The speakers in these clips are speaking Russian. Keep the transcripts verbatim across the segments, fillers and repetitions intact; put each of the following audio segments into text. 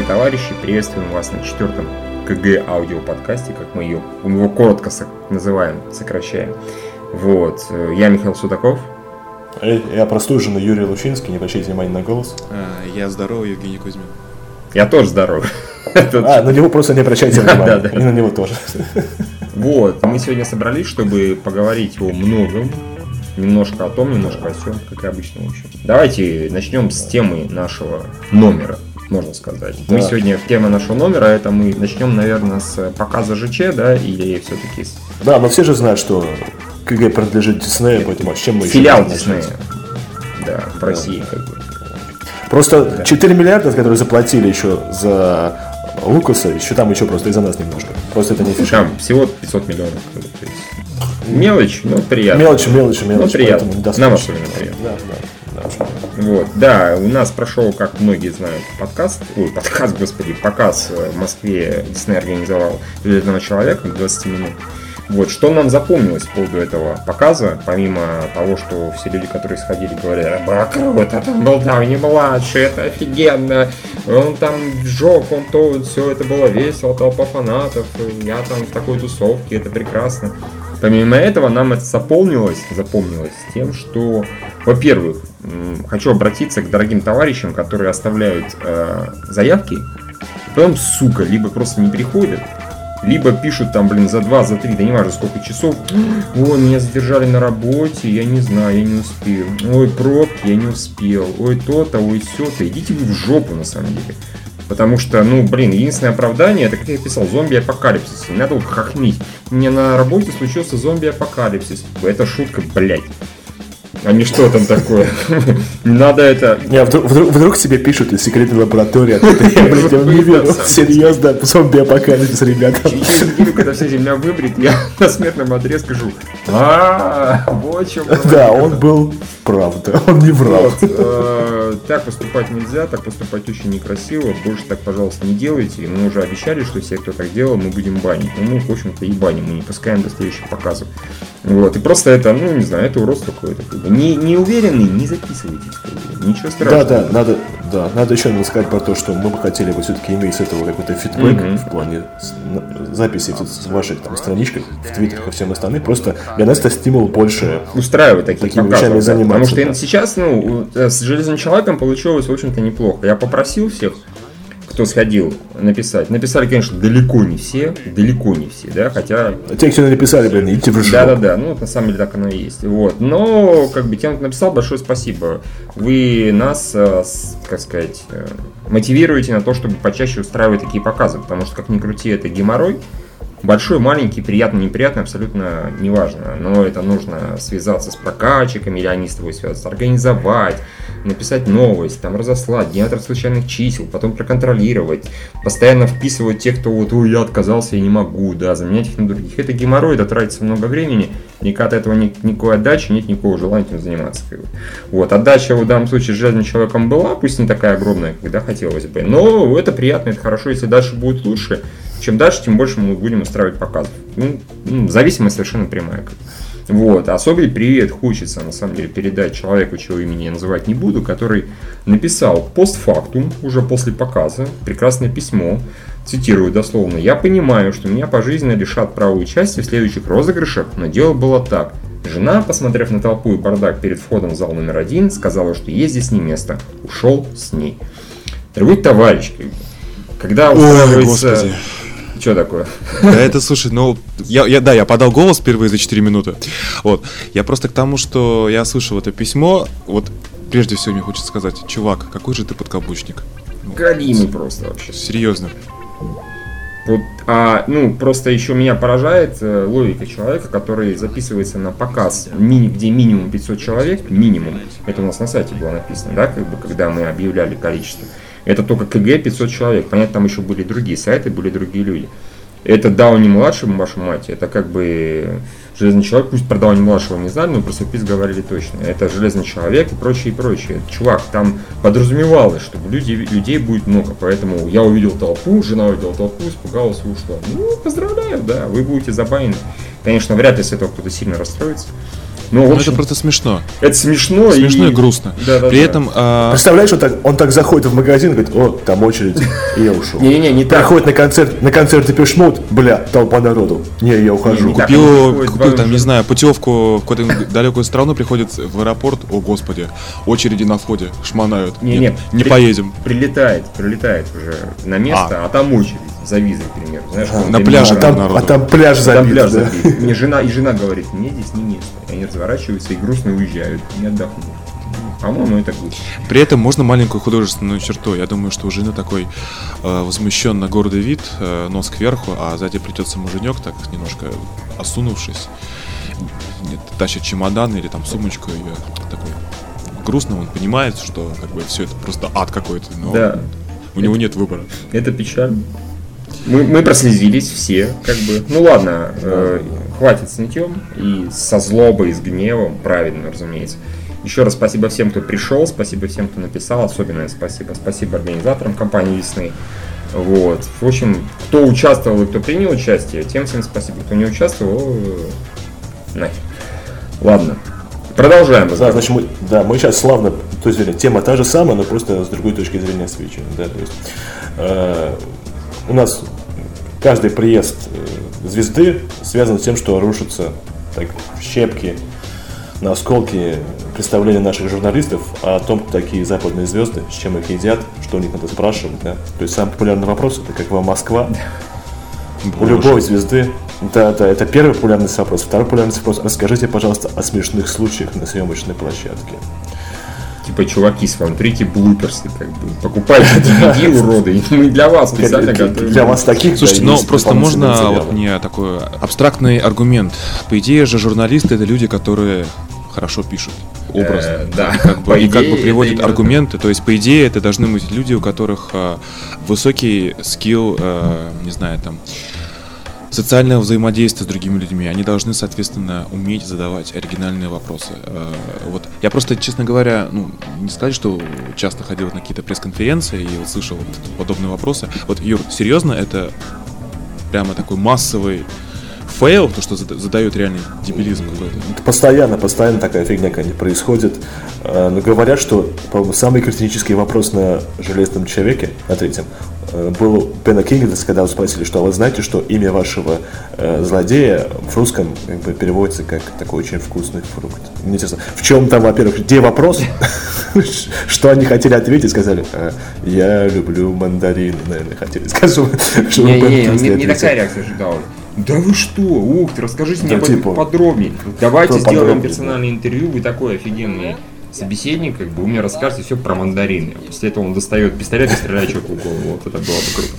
Здравствуйте, товарищи! Приветствуем вас на четвертом КГ аудиоподкасте, как мы ее, мы его коротко называем, сокращаем. Вот. Я Михаил Судаков. Я простуженный Юрий Лучинский, не обращайте внимания на голос. А, я здоровый Евгений Кузьмин. Я тоже здоровый. А, на него просто не обращайте внимания, и на него тоже. Вот. Мы сегодня собрались, чтобы поговорить о многом. Немножко о том, немножко о сём, как и обычно, в общем. Давайте начнем с темы нашего номера, можно сказать. Да. Мы сегодня, тема нашего номера, это мы начнем, наверное, с показа ЖЧ, да, или все-таки с... Да, но все же знают, что КГ принадлежит Диснею, поэтому а с чем мы Филиал еще... Диснея, да, в да. России, как бы. Просто да. четыре миллиарда, которые заплатили еще за Лукаса, еще там еще просто из-за нас немножко. Просто это не фишка. Там всего пятьсот миллионов, то есть... Мелочь, но приятно. Мелочь, мелочь, мелочь. Но приятно. Нам особенно приятно. Да, да, да. Вот, да, у нас прошел, как многие знают, подкаст, ой, подкаст, господи, показ в Москве. Дисней организовал «Железного человека» двадцать минут. Вот, что нам запомнилось по поводу этого показа, помимо того, что все люди, которые сходили, говорят: круто, там был Дауни-младший, это офигенно, он там сжег, он то, все это было весело, толпа фанатов, я там в такой тусовке, это прекрасно. Помимо этого, нам это запомнилось, запомнилось тем, что, во-первых, хочу обратиться к дорогим товарищам, которые оставляют э, заявки, потом, сука, либо просто не приходят, либо пишут там, блин, за два, за три, да не важно сколько часов. Ой, меня задержали на работе, я не знаю, я не успел. Ой, пробки, я не успел. Ой, то-то, ой, сё-то. Идите вы в жопу, на самом деле. Потому что, ну, блин, единственное оправдание, это, как я писал, зомби-апокалипсис. Не надо вот хохмить. Мне на работе случился зомби-апокалипсис. Это шутка, блядь. А не что там такое. Надо это... Не, а вдруг, вдруг, вдруг тебе пишут из секретной лаборатории. Я, блядь, я не верю. Серьезно, зомби-апокалипсис, ребята. Через неделю, когда вся земля выбрит, я на смертном одре скажу: а вот чем. Да, он был прав, да, он не врал. Так поступать нельзя, так поступать очень некрасиво. Больше так, пожалуйста, не делайте. Мы уже обещали, что все, кто так делал, мы будем банить. Но мы, в общем-то, и баним, мы не пускаем до следующих показов. Вот, и просто это, ну, не знаю, это уродство какое-то. Не, не уверенный, не записывайтесь. Ничего страшного. Да, да, надо, да, надо еще надо сказать про то, что мы бы хотели бы все-таки иметь с этого какой-то фидбэк mm-hmm. в плане записи в ваших там страничках, в твиттерах и всем остальным. Просто для нас это стимул больше устраивать такие такими показы, вещами да, заниматься. Потому что да. сейчас, ну, с «Железным человеком» получилось, в общем-то, неплохо. Я попросил всех, кто сходил, написать. Написали, конечно, далеко не все, далеко не все, да, хотя... Те, кто написали, блин, идите в жопу. Да-да-да, ну, на самом деле так оно и есть. Вот, но, как бы, тем, кто написал, большое спасибо. Вы нас, как сказать, мотивируете на то, чтобы почаще устраивать такие показы, потому что, как ни крути, это геморрой. Большой, маленький, приятный, неприятный, абсолютно неважно. Но это нужно связаться с прокатчиками, или они с тобой связаться, организовать, написать новость, там разослать, генератор случайных чисел, потом проконтролировать, постоянно вписывать тех, кто вот, ой, я отказался, я не могу, да, заменять их на других. Это геморрой, это тратится много времени, никак от этого никакой отдачи, нет никакого желания этим заниматься. Вот, отдача в данном случае с «Железным человеком» была, пусть не такая огромная, когда хотелось бы, но это приятно, это хорошо, если дальше будет лучше. Чем дальше, тем больше мы будем устраивать показов. Ну, ну, зависимость совершенно прямая. Вот. Особый привет хочется, на самом деле, передать человеку, чего имени я называть не буду, который написал постфактум, уже после показа, прекрасное письмо, цитирую дословно: «Я понимаю, что меня пожизненно лишат права участия в следующих розыгрышах, но дело было так. Жена, посмотрев на толпу и бардак перед входом в зал номер один, сказала, что ей здесь не место. Ушел с ней». Дорогой товарищ, когда устраивается... Ой, что такое? Да это, слушай, ну, я, я, да, я подал голос впервые за четыре минуты. Вот. Я просто к тому, что я слышал это письмо, вот прежде всего мне хочется сказать: чувак, какой же ты подкаблучник. Галимый просто вообще. Серьезно. Вот, а, ну, просто еще меня поражает э, логика человека, который записывается на показ, мини, где минимум пятьсот человек, минимум, это у нас на сайте было написано, да, как бы, когда мы объявляли количество. Это только КГ пятьсот человек. Понятно, там еще были другие сайты, были другие люди. Это Дауни-младший, вашу мать. Это как бы «Железный человек». Пусть про Дауни-младшего не знали, но про сюрприз говорили точно. Это «Железный человек» и прочее, и прочее. Чувак, там подразумевалось, что людей, людей будет много. Поэтому я увидел толпу, жена увидела толпу, испугалась и ушла. Ну, поздравляю, да, вы будете забанены. Конечно, вряд ли с этого кто-то сильно расстроится. Ну, ну, это просто смешно. Это смешно, смешно и, и грустно. Да, да, При да. этом... А... Представляешь, он так, он так заходит в магазин и говорит, о, там очередь, и я ушел. Не-не-не, не так. Проходит на концерт, на концерт Депеш Мод, бля, толпа народу. Не, я ухожу. Не, не так. Купил, Так, купил там, уже. не знаю, путевку в какую-то далекую страну, приходит в аэропорт, о господи, очереди на входе, шмонают. Не, Нет, не, не при- поедем. Прилетает, прилетает уже на место, а, а там очередь за визой, к примеру. Знаешь, А, на ты пляже А не- там, народу. а там пляж там забит. пляж да. забит. Мне жена, и жена говорит, мне здесь не место. И они разворачиваются и грустно уезжают, не отдохнут. По-моему, это глупо. При этом можно маленькую художественную черту. Я думаю, что у жены такой э, возмущенно гордый вид, э, нос кверху, а сзади плетется муженек, так немножко осунувшись, нет, тащит чемодан или там сумочку ее такой грустно, он понимает, что как бы все это просто ад какой-то, но Да. у него нет выбора. Это печально. Мы, мы прослезились все, как бы. Ну ладно, э, хватит с нытьем и со злобой, и с гневом, правильно, разумеется. Еще раз спасибо всем, кто пришел, спасибо всем, кто написал, особенное спасибо. Спасибо организаторам компании «Весны». Вот. В общем, кто участвовал и кто принял участие, тем всем спасибо. Кто не участвовал, э, нахер. Ладно. Продолжаем. Да, значит, мы, да, мы сейчас славно, то есть, вернее, тема та же самая, но просто с другой точки зрения освещения. Да, то есть, э, у нас каждый приезд э, звезды связан с тем, что рушатся так, щепки, на осколки представления наших журналистов о том, кто такие западные звезды, с чем их едят, что у них надо спрашивать. Да? То есть самый популярный вопрос — это как вам Москва? У любой звезды. Да, да, это первый популярный вопрос. Второй популярный вопрос: расскажите, пожалуйста, о смешных случаях на съемочной площадке. Типа, чуваки, смотрите блуперсы, как бы. Покупайте ди ви ди, уроды. Мы для вас специально готовим. Для вас таких. Слушайте, да, ну есть просто дополнительные можно материалы. вот мне такой абстрактный аргумент. По идее же журналисты — это люди, которые хорошо пишут. Образно. Э, да. И как бы, По и как идее, бы это приводят именно аргументы. То есть, по идее, это должны быть люди, у которых э, высокий скилл, э, не знаю, там, социального взаимодействия с другими людьми. Они должны, соответственно, уметь задавать оригинальные вопросы. Э, вот. Я просто, честно говоря, ну, не сказать, что часто ходил на какие-то пресс-конференции и вот слышал вот подобные вопросы. Вот, Юр, серьезно, это прямо такой массовый фейл, то, что зада- задают реальный дебилизм какой-то? Постоянно, постоянно такая фигня какая-нибудь происходит. Э, Но говорят, что, по-моему, самый критический вопрос на «Железном человеке», на третьем, э, был у Бена Кингдеса, когда вы спросили, что вы знаете, что имя вашего э, злодея в русском как бы переводится как такой очень вкусный фрукт. Мне интересно, в чем там, во-первых, где вопрос? Что они хотели ответить? Сказали, «Э, я люблю мандарины», наверное, хотели сказать. чтобы Не, Бен не, Кингдес не, не ответил. такая реакция ожидала. Да вы что? Ух ты, расскажите мне Да, об этом типа, подробнее. Давайте что сделаем подробнее, персональное интервью. Вы такой офигенный собеседник, как бы вы мне расскажете все про мандарины. После этого он достает пистолет и стреляет человеку в голову. Вот это было бы круто.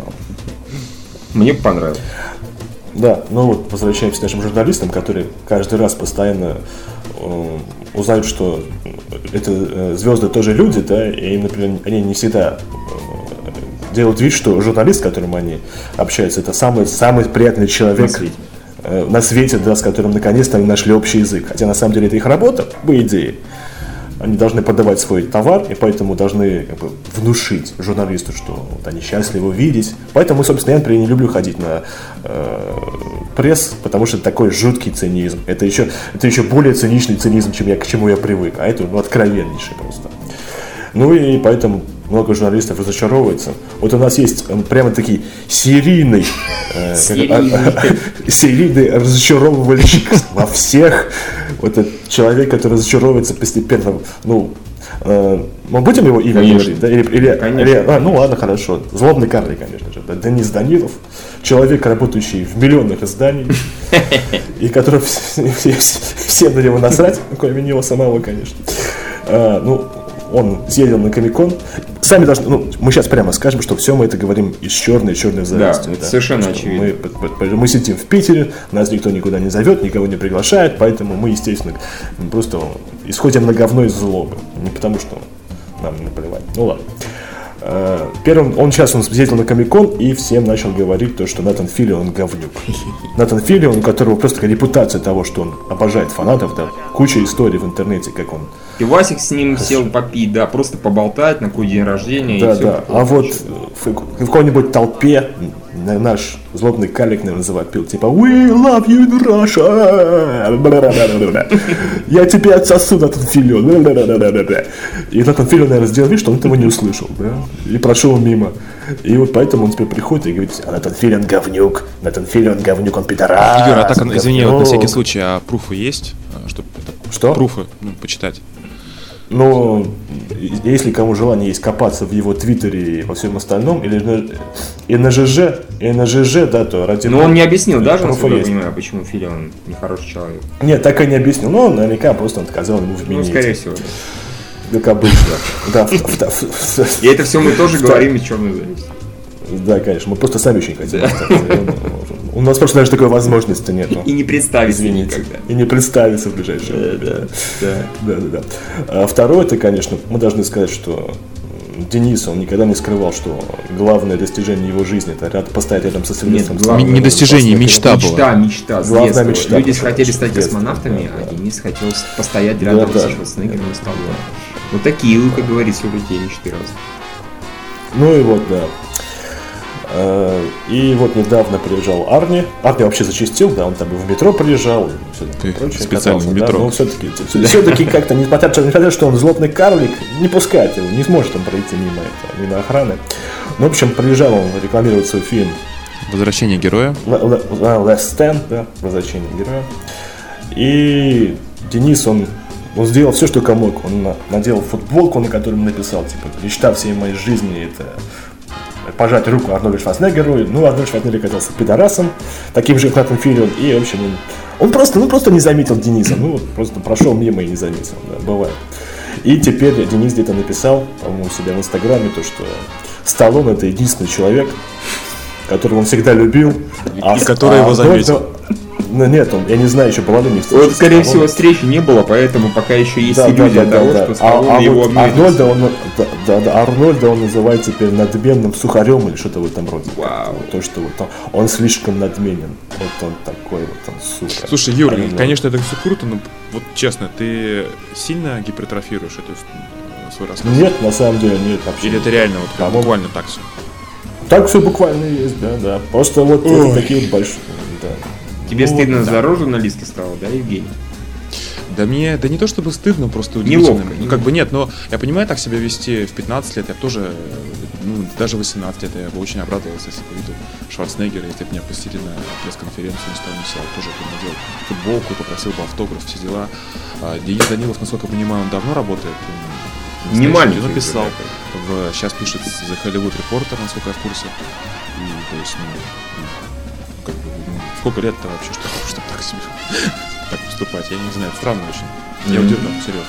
Мне понравилось. Да, ну вот возвращаемся к нашим журналистам, которые каждый раз постоянно э, узнают, что это э, звезды тоже люди, да, и им, например, они не всегда э, делают вид, что журналист, с которым они общаются, это самый, самый приятный человек На свете. э, на свете, да, с которым наконец-то они нашли общий язык. Хотя на самом деле это их работа, по идее. Они должны подавать свой товар, и поэтому должны как бы внушить журналисту, что вот они счастливы видеть. Поэтому, собственно, я, например, не люблю ходить на э, пресс, потому что это такой жуткий цинизм. Это еще, это еще более циничный цинизм, чем я, к чему я привык. А это ну, откровеннейший просто. Ну и поэтому много журналистов разочаровывается. Вот у нас есть э, прямо такие серийный, э, Серийный. как, а, а, серийный разочаровывальщик во всех. Вот этот человек, который разочаровывается постепенно. Ну, э, мы будем его имя Конечно. говорить? Да? Или, или- Конечно. или- а, ну ладно, хорошо. Злобный Карлик, конечно же. Да, Денис Данилов. Человек, работающий в миллионных изданиях. И который все, все- всем на него насрать, кроме него самого, конечно. А, ну, он съездил на Комик-кон. Сами должны, ну, мы сейчас прямо скажем, что все мы это говорим из черной, черной зависти. Да, это совершенно Что очевидно. Мы, п- п- мы сидим в Питере, нас никто никуда не зовет, никого не приглашает, поэтому мы, естественно, просто исходим на говно из злобы. Не потому что нам наплевать. Ну ладно. Э, Первым, он сейчас он съездил на Комик-кон и всем начал говорить то, что Натан Филлион говнюк. Натан Филлион, у которого просто такая репутация того, что он обожает фанатов, да, куча историй в интернете, как он. И Васик с ним сел попить, да, просто поболтать на какой день рождения. Да, и все да. А вот в, в какой-нибудь толпе наш злобный карлик, наверное, называет, пил, типа «We love you in Russia!» «Я тебе отсосу, Натан Филлион!» И Натан Филлион, наверное, сделал вид, что он этого не услышал, да? И прошел мимо. И вот поэтому он теперь приходит и говорит: а Натан Филлион говнюк, Натан Филлион говнюк, он пидорас. Юра, а так, извини, вот на всякий случай, а пруфы есть? Чтобы что? Пруфы, ну, почитать. Ну, если кому желание есть копаться в его твиттере и во всем остальном, или на, и на ЖЖ, и на ЖЖ, да, то ради... Но он не объяснил даже, насколько я понимаю, почему Филлион нехороший человек. Нет, так и не объяснил, но наверняка просто он отказал ему в минете. Ну, скорее всего, да. Как обычно. Да. И это все мы тоже говорим из черной зависти. Да, конечно, мы просто сами очень хотим. У нас просто даже такой возможности нет. И не представиться Извините. никогда. И не представиться в ближайшее время. Да, да, да. А второе, это, конечно, мы должны сказать, что Денис, он никогда не скрывал, что главное достижение его жизни — это ряд, постоять рядом со Сильвестром Сталлоне. Не достижение, мечта была. Мечта, мечта, с главная детства. мечта. Люди хотели стать Детства, космонавтами, да, а да. Денис хотел постоять рядом Да, со да. Шварценеггером и Сталлоне. Вот такие, как говорится, у людей мечты раз. Ну и вот, да. И вот недавно приезжал Арни. Арни вообще зачастил, да, он там и в метро приезжал, и все Ты прочее. специально катался, в метро. Да, но все-таки, все-таки как-то, несмотря, несмотря на то, что он злобный карлик, не пускает его, не сможет он пройти мимо этого, мимо охраны. Ну, в общем, приезжал он рекламировать свой фильм Возвращение героя. Last Stand, да, Возвращение героя. И Денис, он Он сделал все, что мог. Он надел футболку, на которой написал, типа, мечта всей моей жизни — это пожать руку Арнольду Шварценеггеру. Ну, Арнольд Шварценеггер оказался пидорасом, таким же, как Натан Филлион. И, в общем, он, он просто, ну, просто не заметил Дениса. Ну, вот просто прошел мимо и не заметил. Да, бывает. И теперь Денис где-то написал, по-моему, у себя в Инстаграме, то, что Сталлоне — это единственный человек, которого он всегда любил. И а, который а, его заметил. Ну, нет, он, я не знаю, еще была ли не встреча. Вот, скорее всего, встречи не было, поэтому пока еще есть да, иллюзия да, да, того, да, что а, Сталлоне а его вот обменяет. Арнольда он, да, да, да, Арнольда он называет теперь надменным сухарем или что-то в этом роде. Вау. То, что вот он, он слишком надменен. Вот он такой вот, он супер. Слушай, Юр, Арнольд. конечно, это все круто, но вот честно, ты сильно гипертрофируешь эту свой рассказ? Нет, на самом деле нет вообще. Или это реально вот как, По-моему, буквально так все? Так все буквально и есть, да, да. Просто вот это такие вот большие. Да. Тебе Ну, стыдно да. за рожу на листке стало, да, Евгений? Да мне, да не то чтобы стыдно, просто удивительно. Неловко, Ну как бы нет, но я понимаю, так себя вести в пятнадцать лет, я бы тоже, ну даже в восемнадцать лет я бы очень обрадовался, если бы увидел Шварценеггера, если бы меня пустили на пресс-конференцию, не стал не сел, тоже бы надел футболку, попросил бы автограф, все дела. А Денис Данилов, насколько я понимаю, он давно работает. Он Не настоящий маленький кино уже, писал, да. в, сейчас пишет The Hollywood Reporter, насколько я в курсе. И то есть, ну, как бы, ну, сколько лет-то вообще, чтобы, чтобы так себе так поступать? Я не знаю, это странно очень. Я Мгм. удивлен, серьезно.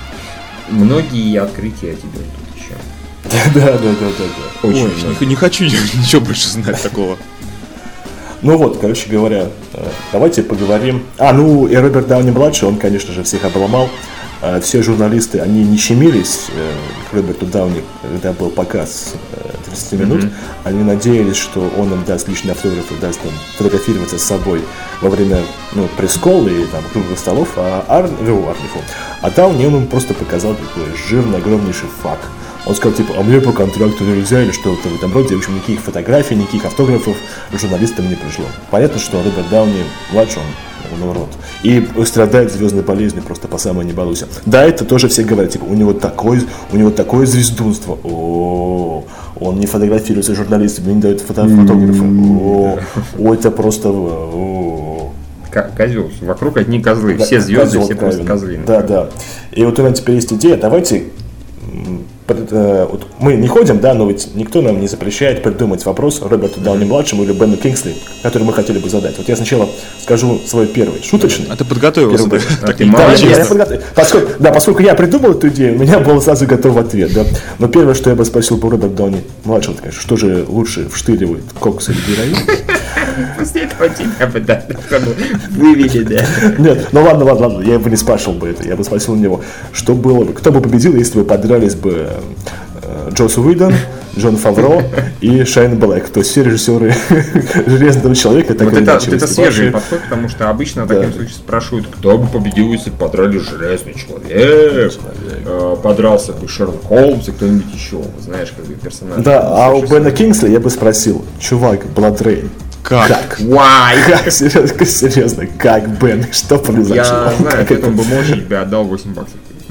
Многие открытия тебя ждут еще. Да, да, да, да, да. Очень Ой, много. не, не хочу ничего больше знать такого. Ну вот, короче говоря, э, давайте поговорим. А, ну и Роберт Дауни-младший, он, конечно же, всех обломал. Э, Все журналисты, они не щемились э, к Роберту Дауни, когда был показ э, тридцать минут. Мгм. Они надеялись, что он им даст лишние автографы, даст им фотографироваться с собой во время, ну, пресс-колла и там круглых столов. А Ар... ну, Арни, фу. А Дауни, он им просто показал такой жирный, огромнейший факт. Он сказал, типа, а мне по контракту нельзя или что-то в этом роде. В общем, никаких фотографий, никаких автографов журналистам не пришло. Понятно, что Роберт Дауни младший, он, он урод. И страдает звездной болезнью просто по самой не балуйся. Да, это тоже все говорят, типа, у него такое, у него такое звездунство. О, он не фотографируется с журналистами, не дает фото- фотографов. О, о, это просто... о. К- Козел. Вокруг одни козлы. Да, Все звезды, козел, все просто правильно. козлы. Да, да. И вот у меня теперь есть идея, давайте м, пред- э, вот мы не ходим, да, но ведь никто нам не запрещает придумать вопрос Роберту Дауни-младшему или Бену Кингсли, который мы хотели бы задать. Вот я сначала скажу свой первый, шуточный. А ты подготовился? Первый. да? А Так ты не Да, молодец. я- я получится. подготов- поскольку, да, поскольку я придумал эту идею, у меня был сразу готов ответ, да. Но первое, что я бы спросил по Роберту Дауни-младшему, это, конечно, что же лучше вштыривает, кокс или героин? После этого тебя бы, да, чтобы вывели, да. Нет, ну ладно, ладно, ладно, я бы не спрашивал бы это, я бы спросил у него, что было бы, кто бы победил, если бы подрались бы э, Джосс Уидон Джон Фавро и Шайн Блэк. То есть все режиссеры Железного человека так вот или это, иначе. это свежий подход, потому что обычно в да. таком случае спрашивают, кто бы победил, если бы подрали Железный человек, э, подрался бы Шерлок Холмс и кто-нибудь еще, знаешь, как бы персонаж. Да, а у Бена Кингсли я бы спросил, чувак, Бладрейн. Как? Как? Why? Как? Серьезно, серьезно, как, Бен? Что произошло? Я знаю, как поэтому бы мочь тебе отдал восемь баксов.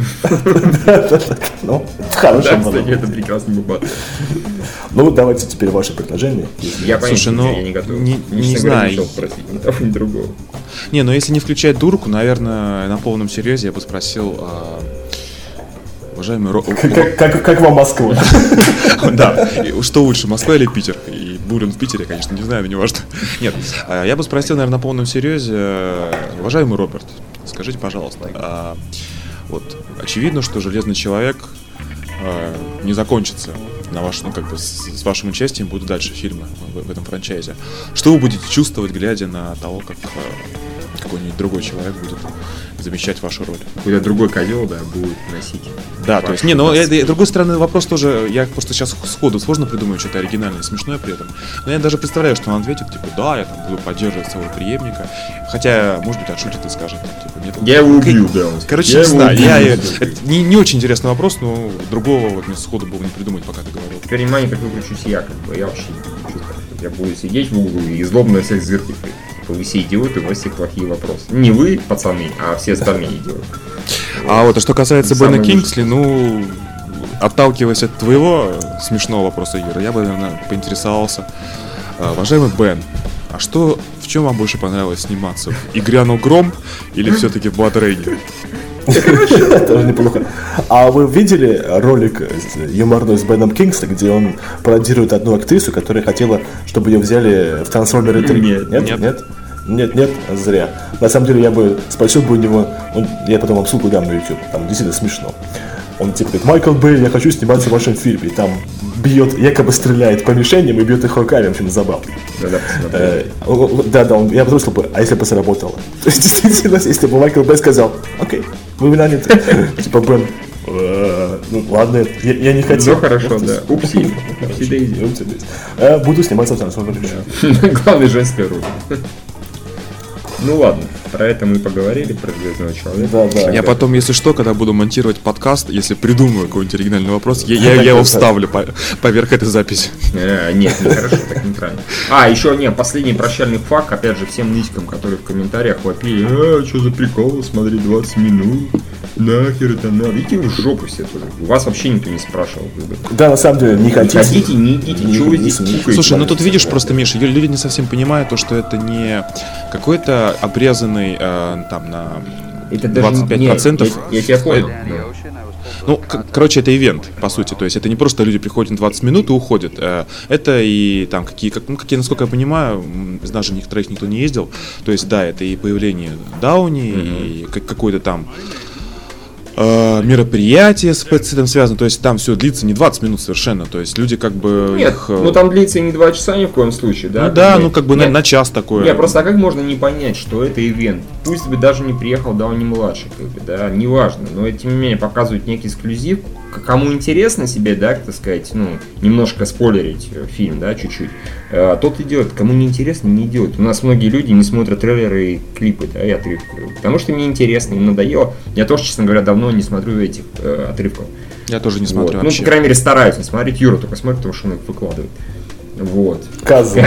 Ну, хорошо. Да, кстати, это прекрасный бы батл. Ну, давайте теперь ваше предложение. Я, Слушай, ну, я не готов. не, Я, не честно знаю. говоря, не спросить ни того, ни другого. Не, ну если не включать дурку, наверное, на полном серьезе я бы спросил, а, уважаемый Ро... Как, как, как вам Москва? Да, и что лучше, Москва или Питер? И Бурин в Питере, конечно, не знаю, но не важно. Нет, а, я бы спросил, наверное, на полном серьезе, уважаемый Роберт, скажите, пожалуйста, а, вот очевидно, что Железный человек а, не закончится на ваш, ну, как бы с, с вашим участием будут дальше фильмы в, в этом франчайзе. Что вы будете чувствовать, глядя на того, как а, какой-нибудь другой человек будет замещать вашу роль? Какой-то другой козел, да, будет носить. Да, то есть, не, но с другой стороны, вопрос тоже, я просто сейчас сходу сложно придумаю что-то оригинальное, смешное при этом. Но я даже представляю, что он ответит, типа, да, я там буду поддерживать своего преемника. Хотя, может быть, отшутит и скажет, типа, нет. Я его убью, да. Короче, не знаю, я, я, это не, не очень интересный вопрос, но другого вот мне сходу было не придумать, пока ты говорил. Теперь внимание, как выключусь я, как бы, я вообще не хочу, как я буду сидеть в углу и злобно всех зыркать. Вы все идиоты, у вас все плохие вопросы. Не вы, пацаны, а все остальные идиоты. А вот, а что касается Самый Бена Кингсли, ну, отталкиваясь от твоего смешного вопроса, Юра, я бы, наверное, поинтересовался. А, уважаемый Бен, а что, в чем вам больше понравилось сниматься? «И грянул гром» или все-таки в «Бладрейне»? Тоже неплохо. А вы видели ролик юморной с Беном Кингсли, где он пародирует одну актрису, которая хотела, чтобы ее взяли в «Трансформеры три»? Нет, нет, нет. нет. Нет, нет, зря. На самом деле я бы спросил бы у него, он, я потом вам ссылку дам на YouTube, там действительно смешно. Он типа говорит, Майкл Бэй, я хочу сниматься в вашем фильме. И там бьет, якобы стреляет по мишеням и бьет их руками, в общем, забавно. Да-да, посмотрел. Да, да, он, я бы спросил бы, а если бы сработало? То есть, действительно, если бы Майкл Бэй сказал, окей, вы наняты. Типа, Бен, ну ладно, я, я не хотел. Ну хорошо, да. Упси. Упси дейзи. Буду сниматься в «Трансформерах». Главная женская роль. Ну ладно, про это мы поговорили, про Железного человека. Да, да. Я потом, если что, когда буду монтировать подкаст, если придумаю какой-нибудь оригинальный вопрос, я, я, я его вставлю по, поверх этой записи. А, нет, нехорошо, так неправильно. А, еще, нет, последний прощальный факт, опять же, всем нытикам, которые в комментариях вопили, а, что за прикол, смотри, двадцать минут, нахер это надо. Идите в жопу все тоже. Вас вообще никто не спрашивал. Да, на самом деле, не хотите. Хотите, не идите, что вы здесь пукаете? Слушай, ну тут видишь просто, Миша, люди не совсем понимают то, что это не какой-то обрезанный э, там на это даже двадцать пять процентов. Я, я тебя понял. Ну, к- короче, это ивент, по сути. То есть это не просто люди приходят на двадцать минут и уходят. Это и там какие, как, ну, какие, насколько я понимаю, из нас же них троих никто не ездил. То есть, да, это и появление Дауни, mm-hmm. и как, какой-то там э, мероприятие с этим связано. То есть там все длится не двадцать минут совершенно. То есть люди как бы... Нет, их, ну там длится и не два часа ни в коем случае, да? Ну да, ну как бы на, на час такое. Нет, просто а как можно не понять, что это ивент? Пусть бы даже не приехал Дауни-младший, как бы, да, неважно, но тем не менее показывают некий эксклюзив. Кому интересно себе, да, так сказать, ну, немножко спойлерить фильм, да, чуть-чуть, а, тот и делает. Кому не интересно, не делает. У нас многие люди не смотрят трейлеры и клипы, да, и отрывки, потому что мне интересно, им надоело. Я тоже, честно говоря, давно не смотрю этих э, отрывков. Я тоже не смотрю вот. вообще. Ну, по крайней мере, стараюсь не смотреть. Юра только смотрит, потому что он их выкладывает. Вот. Козы.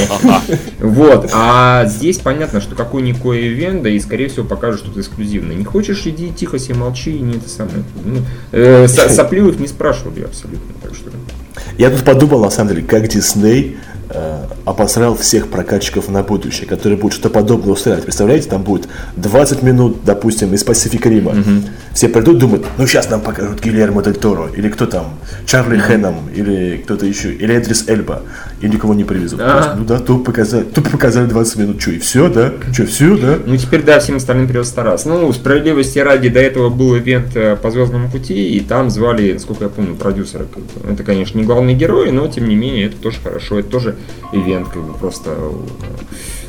Вот. А здесь понятно, что какой-никакой ивент, да и скорее всего покажут что-то эксклюзивное. Не хочешь, иди тихо себе молчи, и не это самое. Ну, э, сопливых не спрашивали абсолютно. Так что. Я тут подумал, на самом деле, как Дисней э, обосрал всех прокатчиков на будущее, которые будут что-то подобное устраивать. Представляете, там будет двадцать минут, допустим, из Pacific Rim. Mm-hmm. Все придут, думают, ну сейчас нам покажут Гильермо Дель Торо, или кто там, Чарли mm-hmm. Хэннам, или кто-то еще, или Эдрис Эльба, и никого не привезут. Ah. Есть, ну да, тупо показали, тупо показали двадцать минут, что, и все, да? Что, все, да? Ну теперь, да, всем остальным придется стараться. Ну, справедливости ради, до этого был ивент по Звездному пути, и там звали, насколько я помню, продюсера. Это, конечно, не главные герои, но тем не менее, это тоже хорошо, это тоже ивент, как бы просто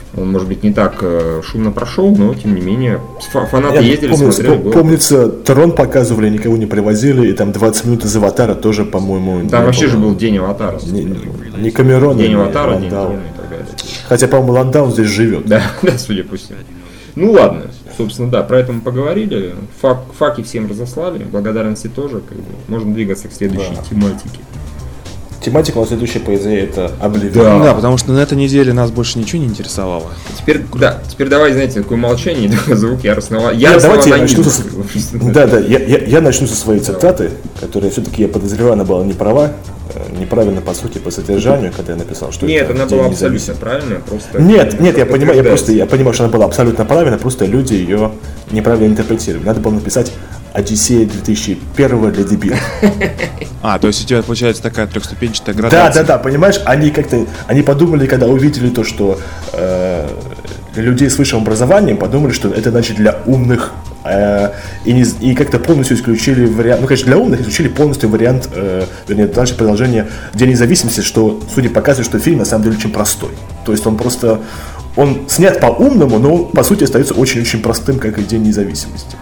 Он, может быть, не так э, шумно прошел, но, тем не менее, фанаты Я ездили, помню, смотрели. Было... Помнится, Трон показывали, никого не привозили, и там двадцать минут из «Аватара» тоже, по-моему... Там вообще же был день «Аватара». Не, не Камерон, день не «Аватара», Ландау. день Трона и так далее. Хотя, по-моему, Ландау здесь живет. Да, да, судя по всему. Ну ладно, собственно, да, про это мы поговорили. Фак, факи всем разослали, благодарности тоже. Как бы, можно двигаться к следующей да. тематике. Тематика у нас следующая, по идее, это Обливион. Да. да, потому что на этой неделе нас больше ничего не интересовало. Теперь, да, теперь давай, знаете, такое молчание, звук яростного. Я давайте я начну со... Да, да, я, я, я начну со своей цитаты, которая все-таки, я подозреваю, она была не права, неправильно по сути, по содержанию, когда я написал, что нет, это она была абсолютно правильная, просто... Нет, нет, я понимаю, я просто я понимаю, что она была абсолютно правильная, просто люди ее неправильно интерпретировали. Надо было написать «Одиссея две тысячи первого для дебилов». А, то есть у тебя получается такая трехступенчатая градация. Да, да, да, понимаешь, они как-то, они подумали, когда увидели то, что э, для людей с высшим образованием, подумали, что это значит для умных, э, и, не, и как-то полностью исключили вариант, ну, конечно, для умных исключили полностью вариант, э, вернее, дальше продолжение День независимости, что, судя показывает, что фильм на самом деле очень простой. То есть он просто, он снят по-умному, но он, по сути, остается очень-очень простым, как и День независимости.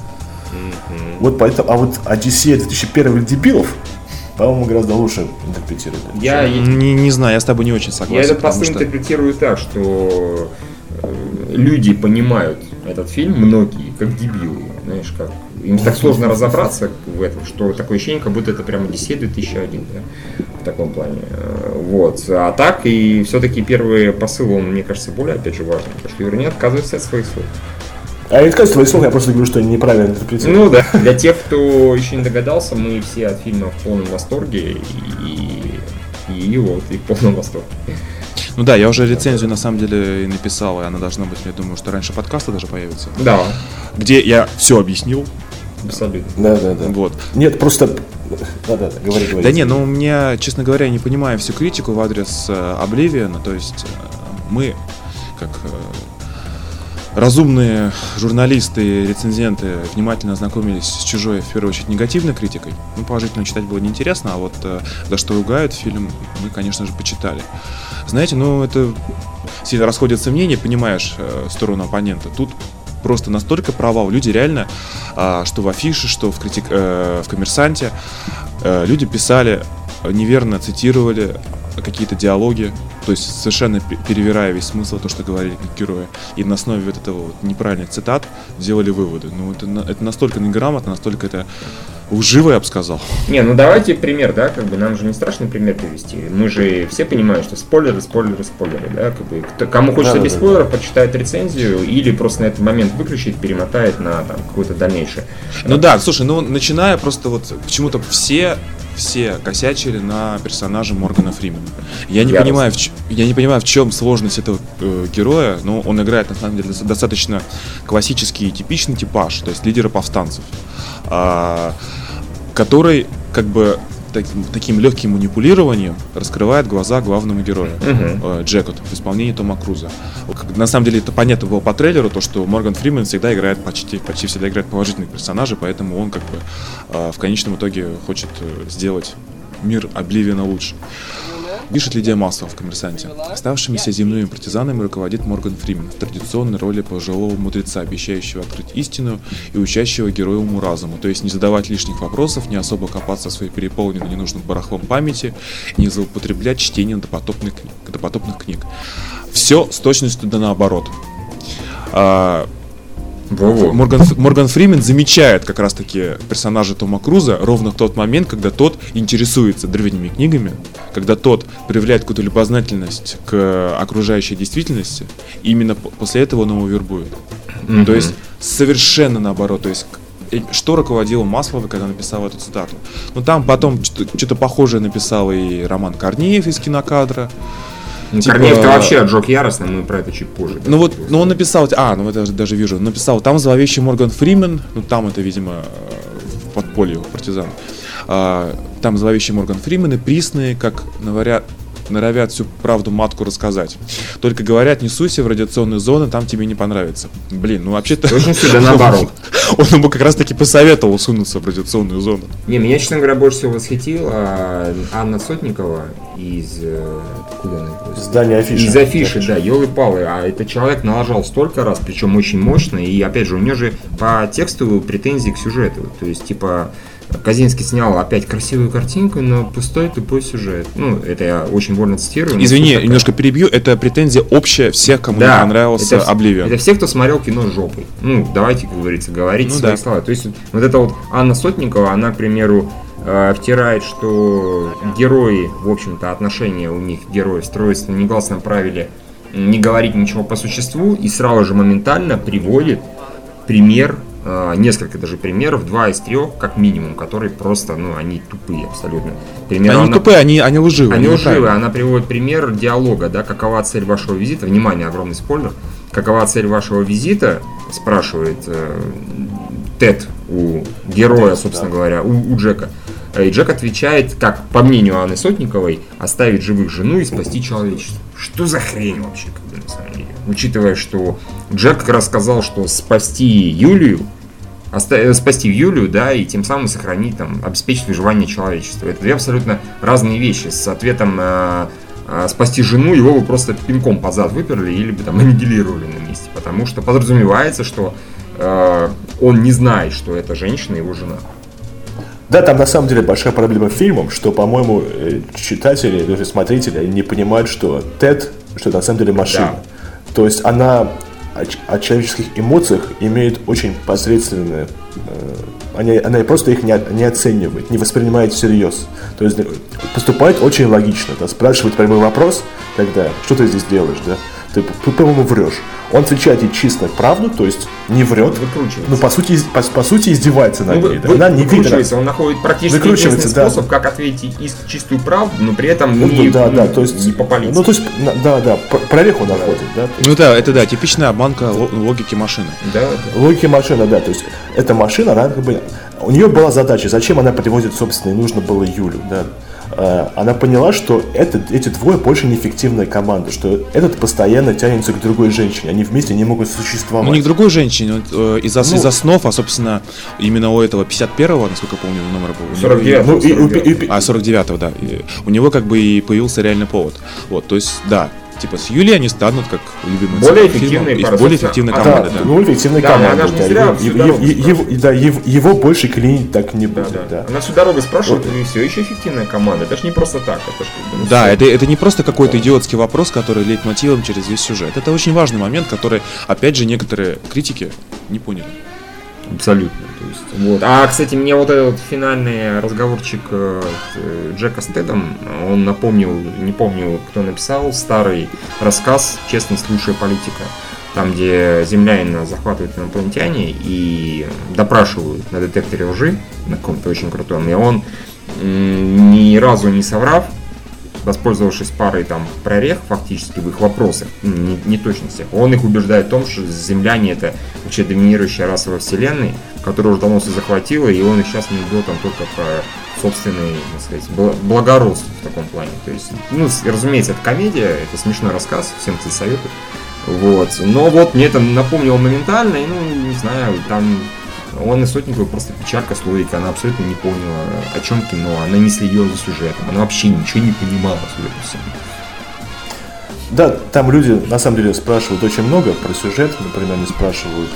Вот поэтому, а вот «Одиссея две тысячи первого для дебилов», по-моему, гораздо лучше интерпретировали. Я не, не знаю, я с тобой не очень согласен. Я этот посыл что... интерпретирую так, что люди понимают этот фильм, многие, как дебилы. Знаешь, как им так сложно разобраться в этом, что такое ощущение, как будто это прям «Одиссея две тысячи один», да, в таком плане. Вот. А так, и все-таки первый посыл, он, мне кажется, более, опять же, важный, потому что Юра не отказывается от своих слов. А я не сказал свои слова, я просто говорю, что они неправильно интерпретируют. Ну да, для тех, кто еще не догадался, мы все от фильма в полном восторге, и, и вот, и в полном восторге. Ну да, я уже рецензию на самом деле написал, и она должна быть, я думаю, что раньше подкаста даже появится. Да. Где я все объяснил. Абсолютно. Да, да, да. Вот. Нет, просто... Да, да, да, говори, говори. Да не, ну у меня, честно говоря, я не понимаю всю критику в адрес Обливиона, то есть мы, как... разумные журналисты и рецензенты внимательно ознакомились с чужой, в первую очередь, негативной критикой. Ну, положительно читать было неинтересно, а вот э, за что ругают фильм, мы, конечно же, почитали. Знаете, ну, это сильно расходятся мнения, понимаешь, э, сторону оппонента. Тут просто настолько провал. Люди реально, э, что в афише, что в, критик, э, в «Коммерсанте», э, люди писали, неверно цитировали какие-то диалоги, то есть совершенно перевирая весь смысл, то, что говорили герои, и на основе вот этого вот неправильных цитат делали выводы. Ну, это, это настолько неграмотно, настолько это лживо, я бы сказал. Не, ну давайте пример, да, как бы нам же не страшно пример привести. Мы же все понимаем, что спойлеры, спойлеры, спойлеры, да, как бы кто, кому хочется да, без да, спойлеров, да. почитает рецензию или просто на этот момент выключит, перемотает на там какое-то дальнейшее. Ну да, слушай, ну начиная просто вот почему-то все все косячили на персонажа Моргана Фримена. Я не, понимаю, в, я не понимаю, в чем сложность этого э, героя, но он играет, на самом деле, достаточно классический и типичный типаж, то есть лидера повстанцев, э, который, как бы, таким, таким легким манипулированием раскрывает глаза главному герою, uh-huh. э, Джеку, в исполнении Тома Круза. На самом деле, это понятно было по трейлеру, то, что Морган Фримен всегда играет, почти, почти всегда играет положительных персонажей, поэтому он, как бы, э, в конечном итоге хочет э, сделать мир Обливиона лучше. Пишет Лидия Маслова в «Коммерсанте». Оставшимися земными партизанами руководит Морган Фримен в традиционной роли пожилого мудреца, обещающего открыть истину и учащего героя уму-разуму, то есть не задавать лишних вопросов, не особо копаться в своей переполненной ненужным барахлом памяти, не злоупотреблять чтением допотопных, допотопных книг. Все с точностью да наоборот. А, Морган, Морган Фримен замечает как раз-таки персонажа Тома Круза ровно в тот момент, когда тот интересуется древними книгами, когда тот проявляет какую-то любознательность к окружающей действительности, и именно после этого он его вербует. Mm-hmm. То есть совершенно наоборот. То есть что руководило Масловой, когда написал эту цитату? Ну там потом что-то, что-то похожее написал и Роман Корнеев из «Кинокадра». Ну, типа... Корнеев-то вообще отжег яростно, мы про это чуть позже. Ну вот, ну он написал, а, ну это я даже вижу, написал, там зловещий Морган Фримен, ну там это, видимо, в подполье у партизан, а, там зловещий Морган Фримен и присные, как говорят, норовят всю правду матку рассказать. Только говорят, не суйся в радиационные зоны, там тебе не понравится. Блин, ну вообще-то... Очень всегда наоборот. он ему как раз таки посоветовал сунуться в радиационную зону. Не, меня, честно говоря, больше всего восхитила Анна Сотникова из... Куда она? Здание афиши. Из афиши, да, елы-палы. А этот человек налажал столько раз, причем очень мощно. И, опять же, у нее же по тексту претензии к сюжету. То есть, типа... Казинский снял опять красивую картинку, но пустой тупой сюжет. Ну, это я очень больно цитирую. Извини, немножко перебью. Это претензия общая всех, кому да, не понравился Обливион. Это все, кто смотрел кино с жопой. Ну, давайте, как говорится, говорить ну, свои да. слова. То есть, вот эта вот Анна Сотникова, она, к примеру, э, втирает, что герои, в общем-то, отношения у них, героев, строятся на негласном правиле не говорить ничего по существу, и сразу же моментально приводит пример, несколько даже примеров, два из трех, как минимум, которые просто, ну, они тупые абсолютно. Пример, они она, тупые, они, они лживые. Они лживые, она приводит пример диалога, да, какова цель вашего визита, внимание, огромный спойлер, какова цель вашего визита, спрашивает э, Тед у героя, собственно да. говоря, у, у Джека. И Джек отвечает, как, по мнению Анны Сотниковой, оставить живых жену и спасти человечество. Что за хрень вообще, как бы, на самом деле? Учитывая, что Джек как раз сказал, что спасти Юлию, оста- спасти Юлию, да, и тем самым сохранить, там, обеспечить выживание человечества. Это две абсолютно разные вещи. С ответом э, э, спасти жену его бы просто пинком под зад выперли или бы там аннигилировали на месте. Потому что подразумевается, что э, он не знает, что эта женщина его жена. Да, там на самом деле большая проблема с фильмом, что, по-моему, читатели, даже смотрители не понимают, что Тед, что это на самом деле машина. Да. То есть она о человеческих эмоциях имеет очень посредственные... Она, она просто их не, не оценивает, не воспринимает всерьез. То есть поступает очень логично. Да, спрашивает прямой вопрос, тогда, что ты здесь делаешь, да? Ты, по-моему, врешь. Он отвечает ей чисто правду, то есть не врет, но по сути, по, по сути издевается над ну, ней. Вы, она не выкручивается, он находит практически единственный да. способ, как ответить чистую правду, но при этом ну, не, да, ну, да, то есть, не попалиться. Ну, то есть, да, да, прореху находит. Да, ну да, это да, типичная обманка логики машины. Да, да. Логики машины, да, то есть эта машина, она как бы, у нее была задача, зачем она привозит, собственно, и нужно было Юлю, да. Она поняла, что это, эти двое больше неэффективная команда, что этот постоянно тянется к другой женщине, они вместе не могут существовать. Ну не к другой женщине, э, из-за, ну, из-за снов, а собственно именно у этого пятьдесят первого, насколько я помню, номер был. сорок девятого. Ну, сорок девятого. А, сорок девятого, да. И у него как бы и появился реальный повод. Вот, то есть, да. Типа с Юлей они станут как любимые более эффективные фильмов, более эффективной а, командой, да. да. Более эффективной да, командой. Она же не зря всю дорогу его, да, его, его больше клинить так не будет. Да, да. Да. Она всю дорогу спрашивает, и все еще эффективная команда. Это же не просто так. Это ж, ну, да, это, это не просто какой-то идиотский вопрос, который лейтмотивом через весь сюжет. Это очень важный момент, который, опять же, некоторые критики не поняли. Абсолютно. То есть, вот. А, кстати, мне вот этот финальный разговорчик э, Джека с Тедом, он напомнил, не помню, кто написал, старый рассказ «Честный случай политика», там, где землянина захватывают инопланетяне и допрашивают на детекторе лжи, на каком-то очень крутом, и он, м- ни разу не соврав, воспользовавшись парой там прорех фактически в их вопросах, неточностях, он их убеждает в том, что земляне это вообще доминирующая раса во вселенной, которая уже давно все захватила, и он их сейчас не ведет там только по собственной, так сказать, благородству в таком плане. То есть, ну, разумеется, это комедия, это смешной рассказ, всем, кстати, советую. Вот. Но вот мне это напомнило моментально, и, ну, не знаю, там у Анны Сотниковой просто печалька с логикой, она абсолютно не поняла, о чем кино, она не следила за сюжетом, она вообще ничего не понимала, судя по всему. Да, там люди на самом деле спрашивают очень много про сюжет, например, они спрашивают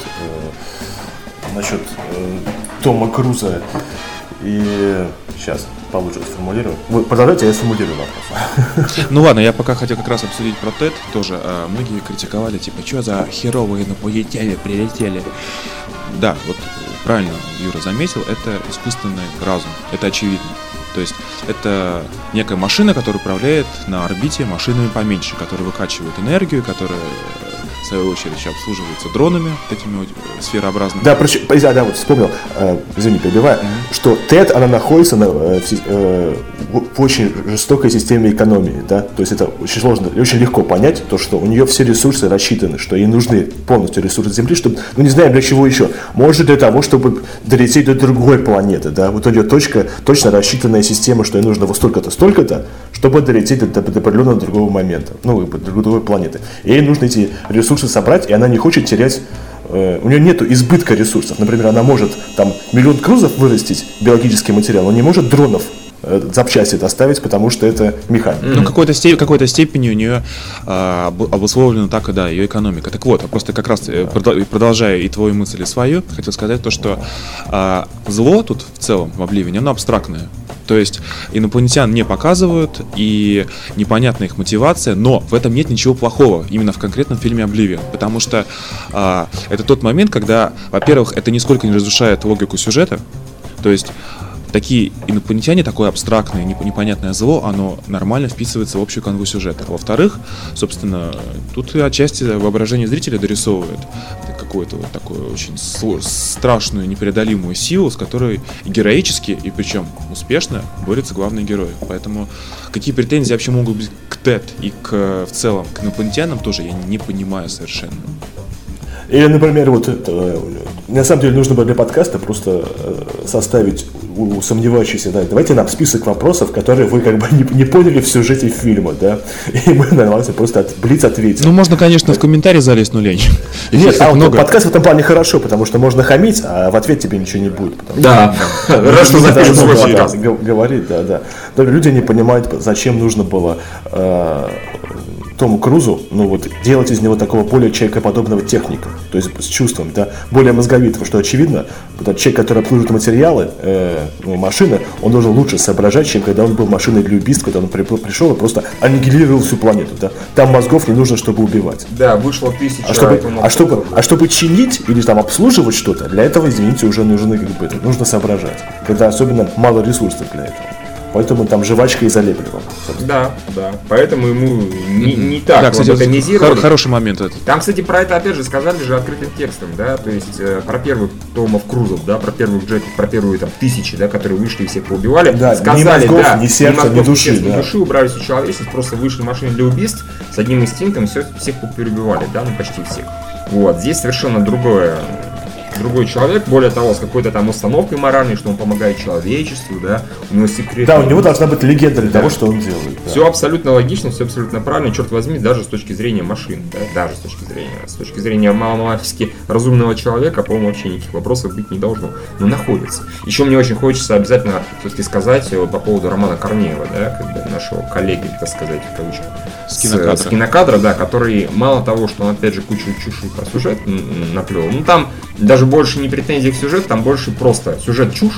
э, насчет э, Тома Круза, и сейчас получше сформулирую. Вы продолжайте, я сформулирую вопрос. Ну ладно, я пока хотел как раз обсудить про Тед тоже. А, многие критиковали, типа, что за херовые инопланетяне прилетели. Да, вот правильно Юра заметил, это искусственный разум, это очевидно. То есть это некая машина, которая управляет на орбите машинами поменьше, которые выкачивают энергию, которая в свою очередь еще обслуживаются дронами, этими вот сферообразными. Да, проч... да, да, вот вспомнил, э, извини, перебиваю, mm-hmm. что Тед, она находится на, э, в, э, в очень жестокой системе экономии, да, то есть это очень сложно, очень легко понять, то, что у нее все ресурсы рассчитаны, что ей нужны полностью ресурсы Земли, чтобы, ну не знаем для чего еще, может для того, чтобы долететь до другой планеты, да, вот у нее точка, точно рассчитанная система, что ей нужно вот столько-то, столько-то, чтобы долететь до, до, до определенного другого момента, ну, до другой планеты. И ей нужно эти ресурсы собрать, и она не хочет терять э, у нее нет избытка ресурсов. Например, она может там миллион крузов вырастить, биологический материал, но не может дронов э, запчасти доставить, потому что это механика. Ну, какой-то степ- какой-то степени у нее а, обусловлена так и да, ее экономика. Так вот, просто как раз э, продол- продолжая и твою мысль, и свою, хотел сказать то, что а, зло тут в целом в Обливине, оно абстрактное. То есть инопланетян не показывают, и непонятна их мотивация, но в этом нет ничего плохого, именно в конкретном фильме «Обливион», потому что а, это тот момент, когда, во-первых, это нисколько не разрушает логику сюжета, то есть такие инопланетяне, такое абстрактное, непонятное зло, оно нормально вписывается в общую канву сюжета. Во-вторых, собственно, тут отчасти воображение зрителя дорисовывает какую-то вот такую очень страшную, непреодолимую силу, с которой героически, и причем успешно, борются главные герои. Поэтому какие претензии вообще могут быть к Тед и к, в целом к инопланетянам тоже я не понимаю совершенно. Или, например, вот это, на самом деле нужно было для подкаста просто составить у, у сомневающихся, да, давайте нам список вопросов, которые вы как бы не, не поняли в сюжете фильма, да, и мы нормально просто от, блиц ответим. Ну, можно, конечно, в комментарии залезть, но лень. Нет, а много. Подкаст в этом плане хорошо, потому что можно хамить, а в ответ тебе ничего не будет. Да, раз что запишем свой подкаст. Говорит, да, да. Только люди не понимают, зачем нужно было Тому Крузу, ну вот, делать из него такого более человекоподобного техника, то есть с чувством, да, более мозговитого, что очевидно, тот человек, который обслуживает материалы, э, ну, машины, он должен лучше соображать, чем когда он был машиной для убийств, когда он при, пришел и просто аннигилировал всю планету, да. Там мозгов не нужно, чтобы убивать. Да, вышло тысяча. А чтобы, а чтобы, а чтобы чинить или там обслуживать что-то, для этого, извините, уже нужны как бы, нужно соображать, когда особенно мало ресурсов для этого. Поэтому там жвачка и залепливал. Да, да. Поэтому ему не, не так да, кстати, лоботомизировали. Хор- хороший момент этот. Там, кстати, про это опять же сказали же открытым текстом, да, то есть э, про первых Томов Крузов, да, про первых Джеков, про первые там тысячи, да, которые вышли и всех поубивали. Да, сказали, ни мозгов, да, ни сердца, ни, мозгов, ни души. Ни да. души, убрали всю человечность, просто вышли машины для убийств с одним инстинктом, все, всех перебивали, да, ну почти всех. Вот, здесь совершенно другое. Другой человек, более того, с какой-то там установкой моральной, что он помогает человечеству, да, у него секрет. Да, у него должна быть легенда для да. того, что он делает. Да. Все абсолютно логично, все абсолютно правильно, черт возьми, даже с точки зрения машин, да, даже с точки зрения, с точки зрения маломальски разумного человека, по-моему, вообще никаких вопросов быть не должно, но находится. Еще мне очень хочется обязательно все-таки сказать вот, по поводу Романа Корнеева, да, как бы нашего коллеги, так сказать, в кавычках, с кинокадра. С, с кинокадра, да, который мало того, что он опять же кучу чуши про сюжет наплел, ну там даже больше не претензий к сюжету, там больше просто сюжет чушь,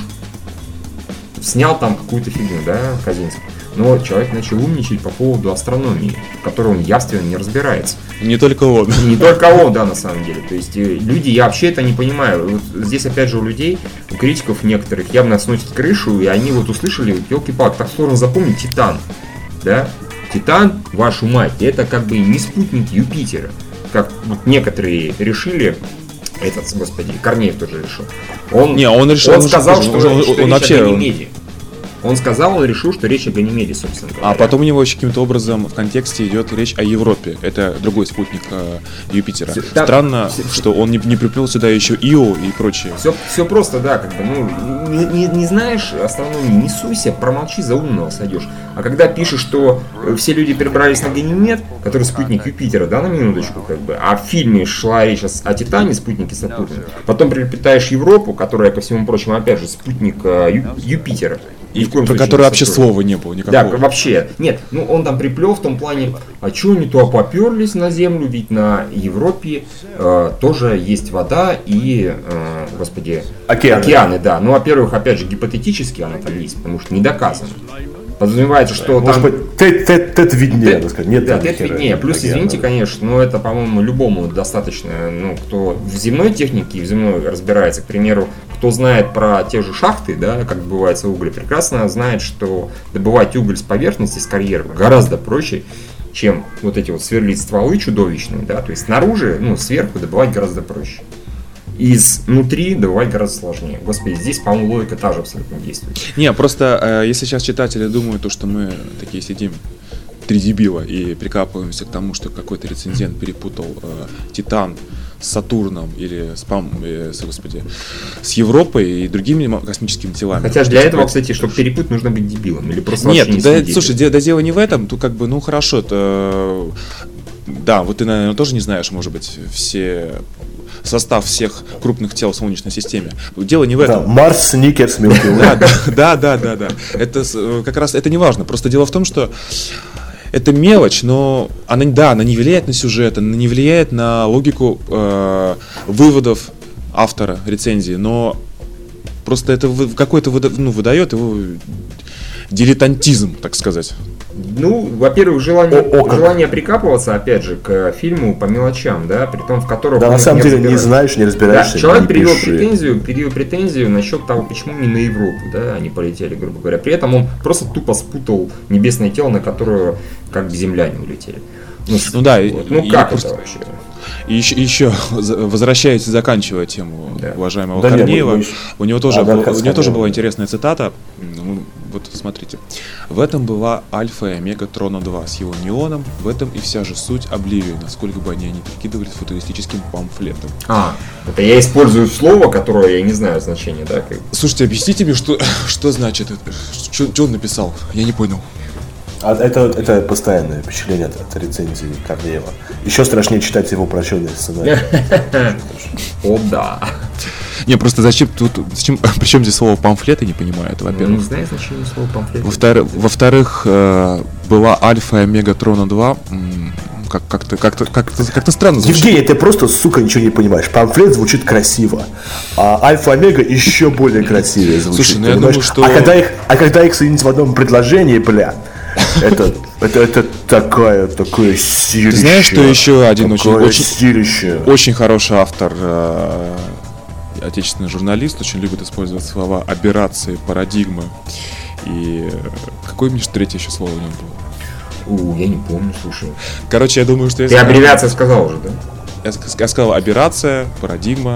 снял там какую-то фигню, да, Козинцев. Но человек начал умничать по поводу астрономии, в которой он явственно не разбирается. Не только он. Не только он, да, на самом деле. То есть люди, я вообще это не понимаю. Вот здесь опять же у людей, у критиков некоторых явно сносит крышу, и они вот услышали, елки-палки, так сложно запомнить Титан, да? Титан, вашу мать, это как бы не спутник Юпитера, как вот некоторые решили. Этот, господи, Корнеев тоже решил. Он, не, он решил. Он, он сказал, он, что, он, что он, речь он вообще, о Ганимеде. Он сказал, он решил, что речь о Ганимеде, собственно говоря. А потом у него еще каким-то образом в контексте идет речь о Европе. Это другой спутник э, Юпитера. Там, Странно, все, что он не, не приплел сюда еще Ио и прочее. Все, все просто, да, как бы, ну, не, не, не знаешь астрономии, не суйся, промолчи, за умного сойдешь. А когда пишешь, что все люди перебрались на Ганимед, который спутник Юпитера, да, на минуточку, как бы, а в фильме шла речь о, о Титане, спутнике Сатурна, потом приплетаешь Европу, которая, ко всему прочему, опять же, спутник э, Юпитера. И про который вообще слова не было никакого. Да, вообще. Нет, ну он там приплел в том плане, а что они то поперлись на Землю, ведь на Европе э, тоже есть вода и, э, господи, океаны. океаны, да. Ну, во-первых, опять же, гипотетически она там есть, потому что не доказано. Подразумевается, что может там... быть, Тед виднее, так сказать. Нет, да, Тед виднее. Плюс, извините, конечно, но это, по-моему, любому достаточно, ну, кто в земной технике и в земной разбирается, к примеру, кто знает про те же шахты, да, как добывается уголь, прекрасно знает, что добывать уголь с поверхности, с карьера гораздо проще, чем вот эти вот сверлить стволы чудовищные, да, то есть снаружи, ну, сверху добывать гораздо проще. Изнутри добывать гораздо сложнее. Господи, здесь, по-моему, логика та же абсолютно действует. Не, просто э, если сейчас читатели думают, то, что мы такие сидим три дебила и прикапываемся к тому, что какой-то рецензент перепутал э, Титан с Сатурном или с, пам, э, с, господи, с Европой и другими космическими телами. Хотя для этого, кстати, чтобы перепутать, нужно быть дебилом. Или просто Нет, не да, слушай, да, да дело не в этом, тут как бы, ну хорошо, это... Да, вот ты, наверное, тоже не знаешь, может быть, все состав всех крупных тел в Солнечной системе. Дело не в этом. Да, Марс, Сникерс, Милки Вей. Да, да, да, да. Это как раз это не важно. Просто дело в том, что это мелочь, но она, да, она не влияет на сюжет, она не влияет на логику э, выводов автора рецензии, но просто это какой-то выда, ну, выдает его дилетантизм, так сказать. Ну, во-первых, желание, О, о, желание прикапываться, опять же, к фильму по мелочам, да, при том, в котором... Да, на самом деле не знаешь, не разбираешься. Да, человек не перевел пиши. претензию, перевел претензию насчет того, почему не на Европу, да, они полетели, грубо говоря. При этом он просто тупо спутал небесное тело, на которое как бы земляне улетели. Ну, ну да, вот. Ну и, как и это просто... вообще? И еще, еще возвращаясь, заканчивая тему Да. уважаемого Да Корнеева, нет, у него тоже, а, да, был- у него Корнеева. тоже была интересная цитата. Ну, вот смотрите. В этом была альфа и омега Трона два с его неоном, в этом и вся же суть Обливии, насколько бы они ни прикидывались футуристическим памфлетом. А, это я использую слово, которое я не знаю значения, да? Как... Слушайте, объясните мне, что, что значит это? Что он написал? Я не понял. А это, это постоянное впечатление от, от рецензии Корнеева. Еще страшнее читать его прочённый сценарий. О, да. Не, просто зачем тут, зачем, причем здесь слово памфлет, я не понимаю, это Ну, не во-первых. знаю значение слова памфлет. Во-вторых, во-вторых, э, была альфа и омега Трона два, м, как- как-то, как-то, как-то, как-то странно звучит. Евгений, ты просто, сука, ничего не понимаешь. Памфлет звучит красиво, а альфа-омега еще более красивее звучит. Слушай, ну я понимаешь? думаю, что- А когда их, а когда их соединить в одном предложении, бля, это, это, это такая, такое силище. Ты знаешь, что еще один очень- такое очень- силище. Очень хороший автор, э, отечественный журналист, очень любит использовать слова аберрации, парадигмы. И э, какое мне же третье еще слово у него было? У, я не помню, слушай. Короче, я думаю, что Ты если... аббревиацию сказал уже, да? Я, ск- я сказал аберрация, парадигма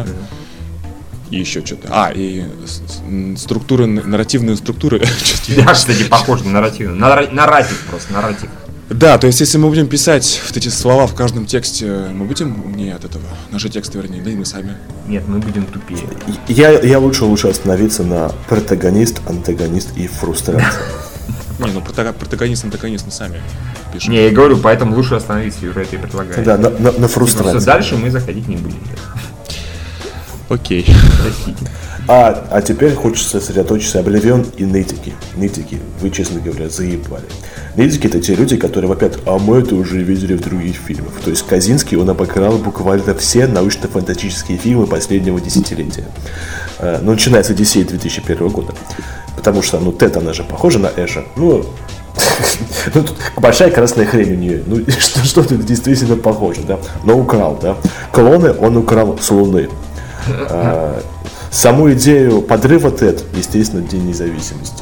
и еще что-то. А, и с- с- м, структуры, нарративные структуры. Чё-то я- Да, кстати, похож на нарратив. Нара- Нарратив просто, нарратив. Да, то есть если мы будем писать вот эти слова в каждом тексте, мы будем умнее от этого. Наши тексты, вернее, да и мы сами. Нет, мы будем тупее. Я, я лучше лучше остановиться на протагонист, антагонист и фрустрация. Не, ну протага- протагонист, антагонист мы сами пишем. Не, я говорю, поэтому лучше остановиться, Юра, это и предлагаю. Да, на, на, на фрустрации. Просто дальше мы заходить не будем. Да. Окей. Простите. А, а теперь хочется сосредоточиться Обливион и нытики. Нытики, вы, честно говоря, заебали. Нытики — это те люди, которые вопят, а мы это уже видели в других фильмах. То есть Казинский, он обыграл буквально все научно-фантастические фильмы последнего десятилетия. Э, ну, начиная с «Одиссеи» две тысячи первого года. Потому что, ну, Тед, она же похожа на Эша. Ну, ну, тут большая красная хрень у нее. Ну, что, что тут действительно похоже, да? Но украл, да? Клоны он украл с Луны. А, саму идею подрыва Тед, естественно, День независимости.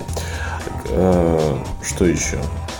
А, что еще?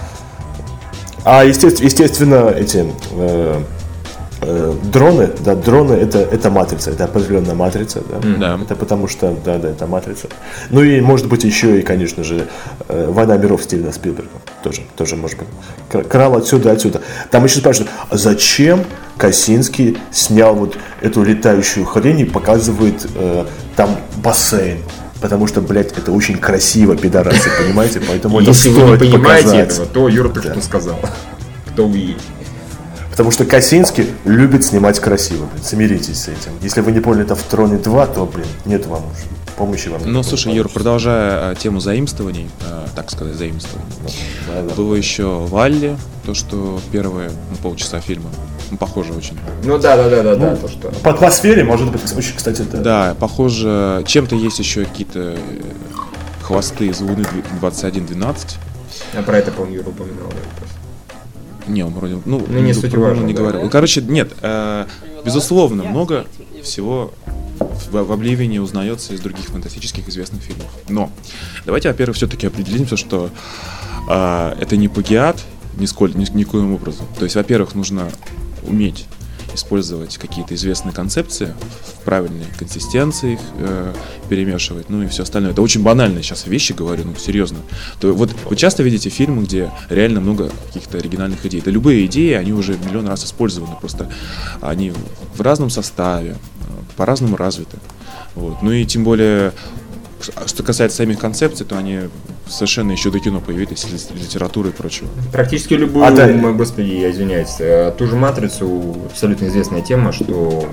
А, естественно, естественно эти э, э, дроны, да, дроны это, это матрица, это определенная матрица, да? Да. Это потому что, да, да, это матрица. Ну и может быть еще и, конечно же, э, «Война миров» Стивена Спилберга. Тоже, тоже может быть. Кр- Крал отсюда, отсюда. Там еще спрашивают, а зачем Косинский снял вот эту летающую хрень и показывает э, там бассейн? Потому что, блядь, это очень красиво, пидорасы, понимаете? Поэтому это Если вы не стоит понимаете показать. этого, то Юра только что сказал. Кто вы есть. Потому что Косинский любит снимать красиво, блин, смиритесь с этим. Если вы не поняли это в «Троне два», то, блин, нет вам уже. Помощи вам. Ну, слушай, Юр, продолжая а, тему заимствований, а, так сказать, заимствований, Да, да. было еще Валли, то, что первые ну, полчаса фильма, ну, похоже очень. Ну да, да, да, да, да, то что. По атмосфере, может быть, очень, кстати, да. Да, похоже, чем-то есть еще какие-то э, хвосты из Луны двадцать один двенадцать. Я про это, по-моему, Юра упоминал. да, просто. Не, он вроде, ну, Ну, не суть про Луну важно, не да. говорил. Ну, короче, нет, э, безусловно, много всего в, в Обливине узнается из других фантастических известных фильмов. Но давайте, во-первых, все-таки определимся, что э, это не плагиат нисколь, ни, никоим образом. То есть, во-первых, нужно уметь использовать какие-то известные концепции в правильной консистенции, их э, перемешивать, ну и все остальное. Это очень банальные сейчас вещи, говорю, ну серьезно. То, вот вы часто видите фильмы, где реально много каких-то оригинальных идей. Да любые идеи, они уже миллион раз использованы, просто они в разном составе, э, по-разному развиты. Вот. Ну и тем более, что касается самих концепций, то они совершенно еще до кино появились, из литературы и прочего. Практически любую, А, да. м, господи, я извиняюсь, э, ту же «Матрицу», абсолютно известная тема, что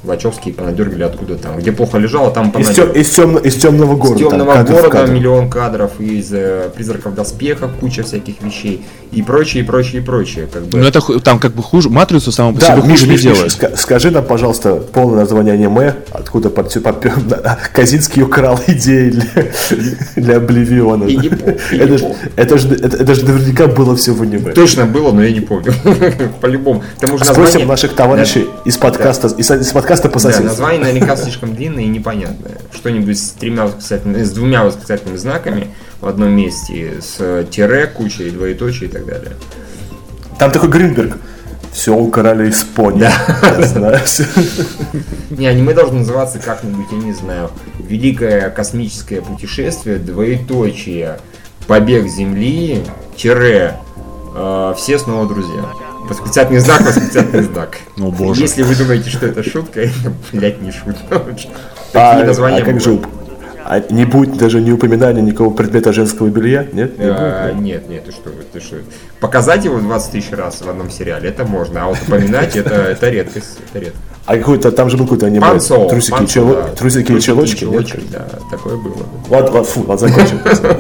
Вачовские понадергали откуда там. Где плохо лежало, там из, тем, из, тем, из темного города. Из темного там, города кадр. Миллион кадров, из э, призраков доспеха куча всяких вещей и прочее, и прочее, и прочее. Как бы. Ну это там как бы хуже, матрицу самому по да, себе Миш, хуже Миш, не Миш, делает. Миш, скажи нам, пожалуйста, полное название аниме, откуда под, под, под, Казинский украл идеи для, для Обливиона. Я не помню. Это же это, это, это наверняка было все в аниме. Точно было, но я не помню. По-любому. Спросим название... наших товарищей да. из подкаста, да. из, из подкаста по соседству. Да, название наверняка слишком длинное и непонятное. Что-нибудь с тремя восклицательными, с двумя восклицательными знаками в одном месте, с тире, кучей, двоеточий и так далее. Там такой Гринберг. Все у короля из пони. Да. Не, аниме должно называться как-нибудь, я не знаю, Великое космическое путешествие, двоеточие, побег Земли, тире, э, все снова друзья. Восклицательный знак, восклицательный знак. О, боже. Если вы думаете, что это шутка, это, блядь, не шутка. Такие а, названия а как же, а не будет даже не упоминания никакого предмета женского белья? Нет? Не а, будет, нет, нет, ты что, ты что? Показать его двадцать тысяч раз в одном сериале, это можно, а вот упоминать, это, это редкость, это редкость. А какой-то, там же был какой-то аниме, Панцо, трусики, панцо, чело, да. трусики и челочки, челочки, да, такое было. Ладно, ладно, фу, ладно, закончим.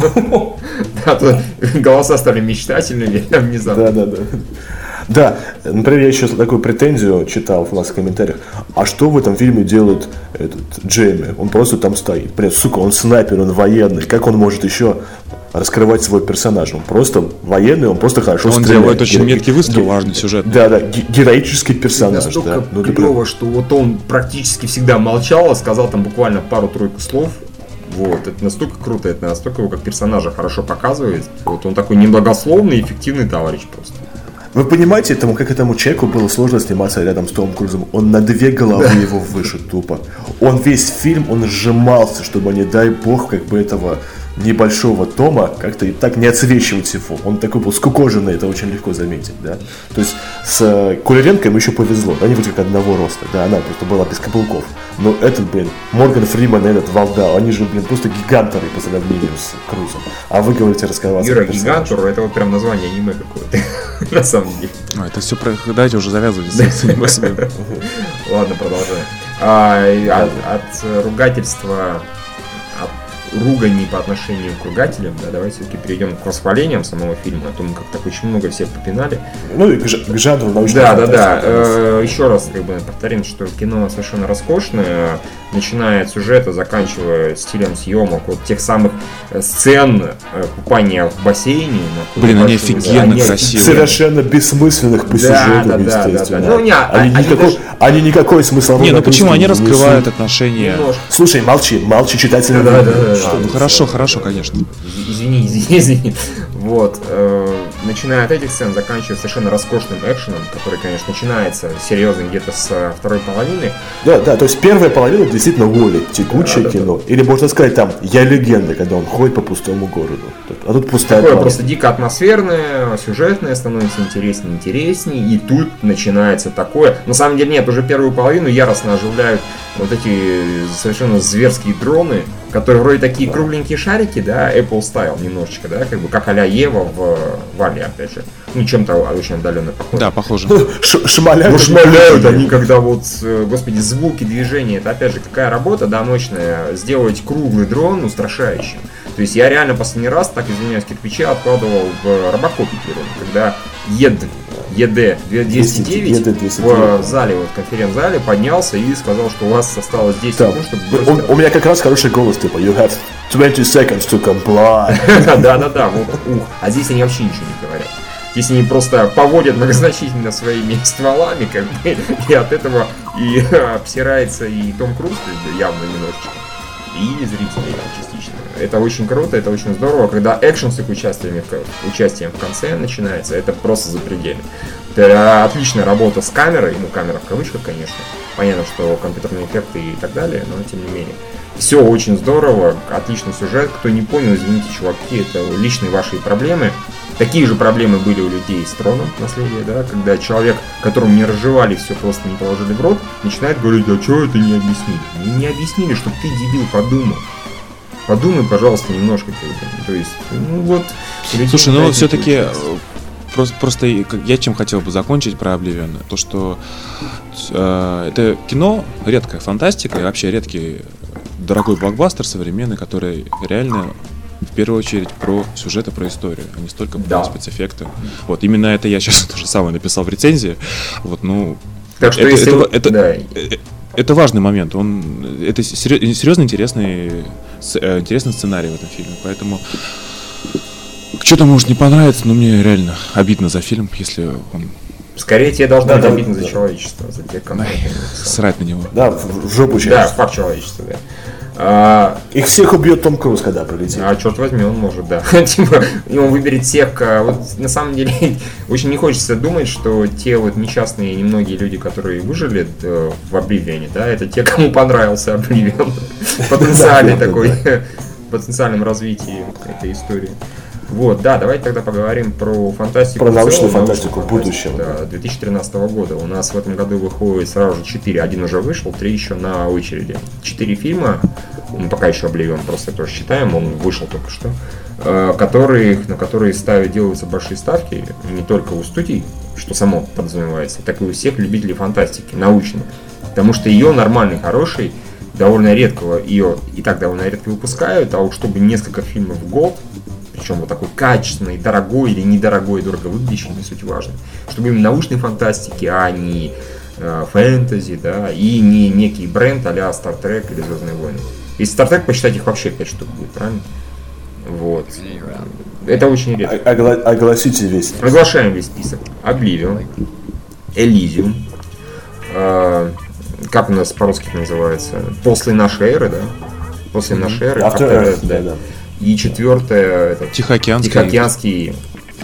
Да, то голоса стали мечтательными внезапно. Да, да, да. Да, например, я еще такую претензию читал у нас в комментариях. А что в этом фильме делает этот Джейми? Он просто там стоит. Блин, сука, он снайпер, он военный. Как он может еще раскрывать свой персонаж? Он просто военный, он просто хорошо он стреляет. Он делает очень Геро... меткий выстрел, ге... важный сюжет. Да, да, ге- героический персонаж. Настолько да. Ну, клево, что вот он практически всегда молчал, сказал там буквально пару-тройку слов. Вот, это настолько круто, это настолько его как персонажа хорошо показывает. Вот он такой немногословный, эффективный товарищ просто. Вы понимаете, этому, как этому человеку было сложно сниматься рядом с Томом Крузом? Он на две головы да. его выше тупо. Он весь фильм, он сжимался, чтобы, не дай бог, как бы этого небольшого Тома как-то и так не отсвечивать его. Он такой был скукоженный, это очень легко заметить, да. То есть с Кулеренко ему еще повезло, они вроде как одного роста, да, она просто была без каблуков. Но этот, блин, Морган Фриман и этот Валдау, они же, блин, просто гиганторы по сравнению с Крузом. А вы говорите раскрываться. Юра, гигантор, это вот прям название аниме какое-то, на самом деле. А, это все про... Дайте уже завязывать с Ладно, продолжаем. От ругательства... ругани по отношению к ругателям, да, давайте все-таки перейдем к восхвалениям самого фильма, а то мы как-то очень много всех попинали. Ну и к, ж- к жанру научной Да, да, да. Э, еще раз как бы повторим, что кино совершенно роскошное, начиная от сюжета, заканчивая стилем съемок, вот тех самых сцен э, купания в бассейне. Блин, они офигенно они красивые. Совершенно бессмысленных по да, сюжету, да, естественно. Да, да, да. Ну, не, они, они, никакой, даже... они никакой смысловой Не, ну почему? Они раскрывают несут. отношения. Немножко. Слушай, молчи, молчи, читатель. Да, да, да, да, что? да, Ну да, хорошо, да, хорошо, да, конечно. Извини, извини, извини. Вот. Э, начиная от этих сцен, заканчивая совершенно роскошным экшеном, который, конечно, начинается серьезно где-то с второй половины. Да, да, то есть первая половина действительно воля, текучее да, да, кино. да. Или можно сказать там «Я легенда», когда он ходит по пустому городу. А тут пустая Такое планета. просто дико атмосферное, сюжетное, становится интереснее и интереснее. И тут начинается такое. На самом деле нет, уже первую половину яростно оживляют вот эти совершенно зверские дроны, которые вроде такие кругленькие шарики, да, Apple Style немножечко, да, как бы как а-ля Ева в Вале, опять же. Ну, чем-то очень отдаленно похоже. Да, похоже. Ш- шмаляют. Ну, шмаляют они, когда вот, господи, звуки, движения, это опять же какая работа, да, мощная, сделать круглый дрон устрашающим. То есть я реально последний раз, так извиняюсь, кирпичи откладывал в Робокопе первым, когда ед ЕД двести девять в зале, вот, в конференц-зале поднялся и сказал, что у вас осталось десять да. секунд, чтобы... Он, у меня как раз хороший голос, типа, you have twenty seconds to comply. Да-да-да, вот, ух, а здесь они вообще ничего не говорят. Здесь они просто поводят многозначительно своими стволами, как бы, и от этого и обсирается и Том Круз, явно немножечко, и зрители частично. Это очень круто, это очень здорово, когда экшен с их участием, участием в конце начинается, это просто запредельно. Это отличная работа с камерой, ну камера в кавычках, конечно, понятно, что компьютерные эффекты и так далее, но тем не менее. Все очень здорово, отличный сюжет, кто не понял, извините, чуваки, это личные ваши проблемы. Такие же проблемы были у людей с Троном наследие, да, когда человек, которому не разжевали все, просто не положили в рот, начинает говорить, а что это не объяснили? Не, не объяснили, что ты, дебил, подумал. Подумай, пожалуйста, немножко. То есть, ну вот... Слушай, ну все-таки просто, просто я чем хотел бы закончить про Oblivion, то что э, это кино, редкая фантастика и вообще редкий дорогой блокбастер современный, который реально в первую очередь про сюжет и про историю, а не столько про да. спецэффекты. Вот именно это я сейчас то же самое написал в рецензии. Вот, ну, так что это, если это, вы... это, да. это, это важный момент. Он, это серьезно интересный, интересный сценарий в этом фильме, поэтому что-то может не понравиться, но мне реально обидно за фильм, если он... Скорее тебе должно да, быть да, обидно да. за человечество, за тех, кого срать на него. Да, в, в жопу часть. Да, факт человечества, да. А, Их всех убьет Том Круз, когда прилетит. а черт возьми, он может, да. Типа, и он выберет всех. Вот на самом деле, очень не хочется думать, что те вот несчастные немногие люди, которые выжили э, в Oblivion, да, это те, кому понравился Oblivion. Потенциальный такой, потенциальном развитии этой истории. Вот, да, давайте тогда поговорим про фантастику. Про научную целом, фантастику будущего. Да, две тысячи тринадцатого года. У нас в этом году выходит сразу же четыре. Один уже вышел, три еще на очереди. Четыре фильма, ну, пока еще Oblivion просто тоже считаем, он вышел только что, э, которые, на которые ставят, делаются большие ставки, не только у студий, что само подразумевается, так и у всех любителей фантастики, научной. Потому что ее нормальный, хороший, довольно редко ее и так довольно редко выпускают, а уж чтобы несколько фильмов в год, причем вот такой качественный, дорогой или недорогой, дорого выглядящий, не суть важно. Чтобы именно научной фантастики, а не э, фэнтези, да, и не некий бренд а-ля Star Trek или Звездные войны. Если Star Trek посчитать, их вообще пять штук будет, правильно? Вот. Это очень редко. Огла- огласите весь. Разглашаем весь список. Oblivion, Elysium, э, как у нас по-русски называется? После нашей эры, да? После нашей эры. After Earth, да, да. И четвертое, это, Тихоокеанский. Тихоокеанский,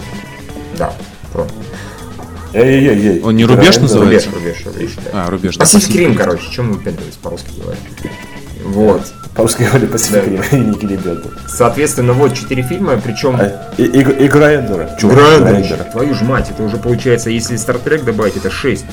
да, про. Эй-эй-эй. Он не рубеж называется? Рубеж, рубеж, рубеж, да. А, рубеж, да. Pacific Rim, короче, чем мы выпендривались по-русски говоря. Вот. По-русски говорили Pacific Rim, и не ребята. Соответственно, вот четыре фильма, причем... А, и, и, игра Эндера. Игра Эндера. Твою ж мать, это уже получается, если Star Trek добавить, это шесть.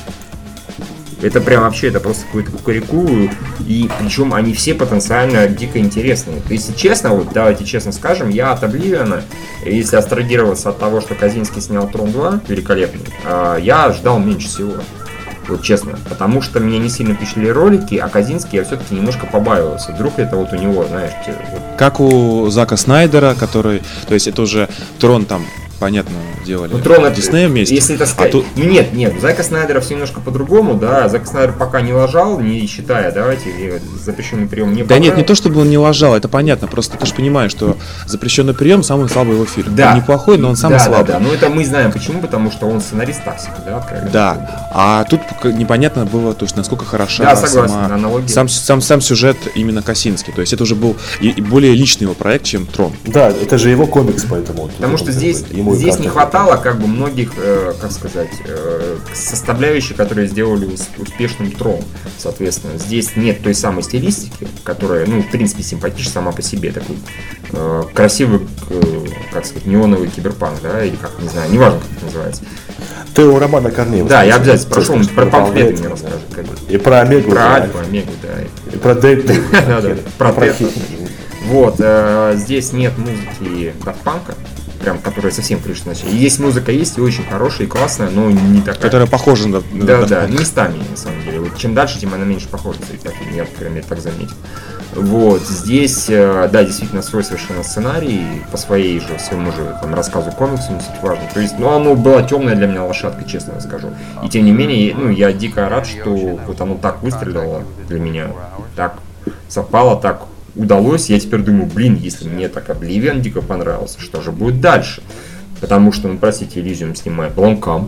Это прям вообще, это просто какой-то кукареку, и причем они все потенциально дико интересные. Если честно, вот давайте честно скажем, я от Oblivion, если абстрагироваться от того, что Козинский снял Трон два, великолепный, я ждал меньше всего. Вот честно, потому что меня не сильно впечатлили ролики, а Козинский я все-таки немножко побаивался. Вдруг это вот у него, знаешь, те, вот... Как у Зака Снайдера, который, то есть это уже Трон там, понятно, делали. Ну, Трон в Диснее вместе. Если так сказать. А тут... Нет, нет, у Зака Снайдера все немножко по-другому, да. Зак Снайдер пока не лажал, не считая, давайте, запрещенный прием не Да нет, не то чтобы он не лажал, это понятно. Просто ты же понимаешь, что запрещенный прием самый слабый его фильм. Да. Он неплохой, но он самый да, слабый. Да, да, но это мы знаем почему, потому что он сценарист таксика, да, откровенно. Да. А тут непонятно было, то есть, насколько хороша да, согласен, сама, аналогия. сам, сам, сам сюжет именно Косинский. То есть это уже был и, и более личный его проект, чем Трон. Да, это же его комикс, поэтому. Потому что здесь, ему здесь не хватало как бы многих, э, как сказать, э, составляющих, которые сделали успешным Трон. Соответственно, здесь нет той самой стилистики, которая, ну, в принципе, симпатична сама по себе. Такой э, красивый, э, как сказать, неоновый киберпанк, да, или как, не знаю, неважно, как это называется. Ты у Романа Корнеева. Да, я обязательно спрошу, он про памфлеты мне да. расскажет. Как бы. И про Омегу. Про Альфа, Омегу, да. И про Дельту. Да, да, про Тета. Вот, э, здесь нет музыки Daft Punk'а, прям, которая совсем крыша носит. Есть музыка, есть и очень хорошая, и классная, но не такая. Которая похожа на... Да, да, местами, на самом деле. Вот чем дальше, тем она меньше похожа, я, по крайней мере, так заметил. Вот, здесь, да, действительно, свой совершенно сценарий, по своей же, своему же там, рассказу комиксу, не суть важно. То есть, ну, оно было темная для меня лошадка, честно скажу. И тем не менее, ну, я дико рад, что вот оно так выстрелило для меня, так совпало, так удалось. Я теперь думаю, блин, если мне так Oblivion дико понравился, что же будет дальше? Потому что, ну, простите, Elysium снимает Blomkamp.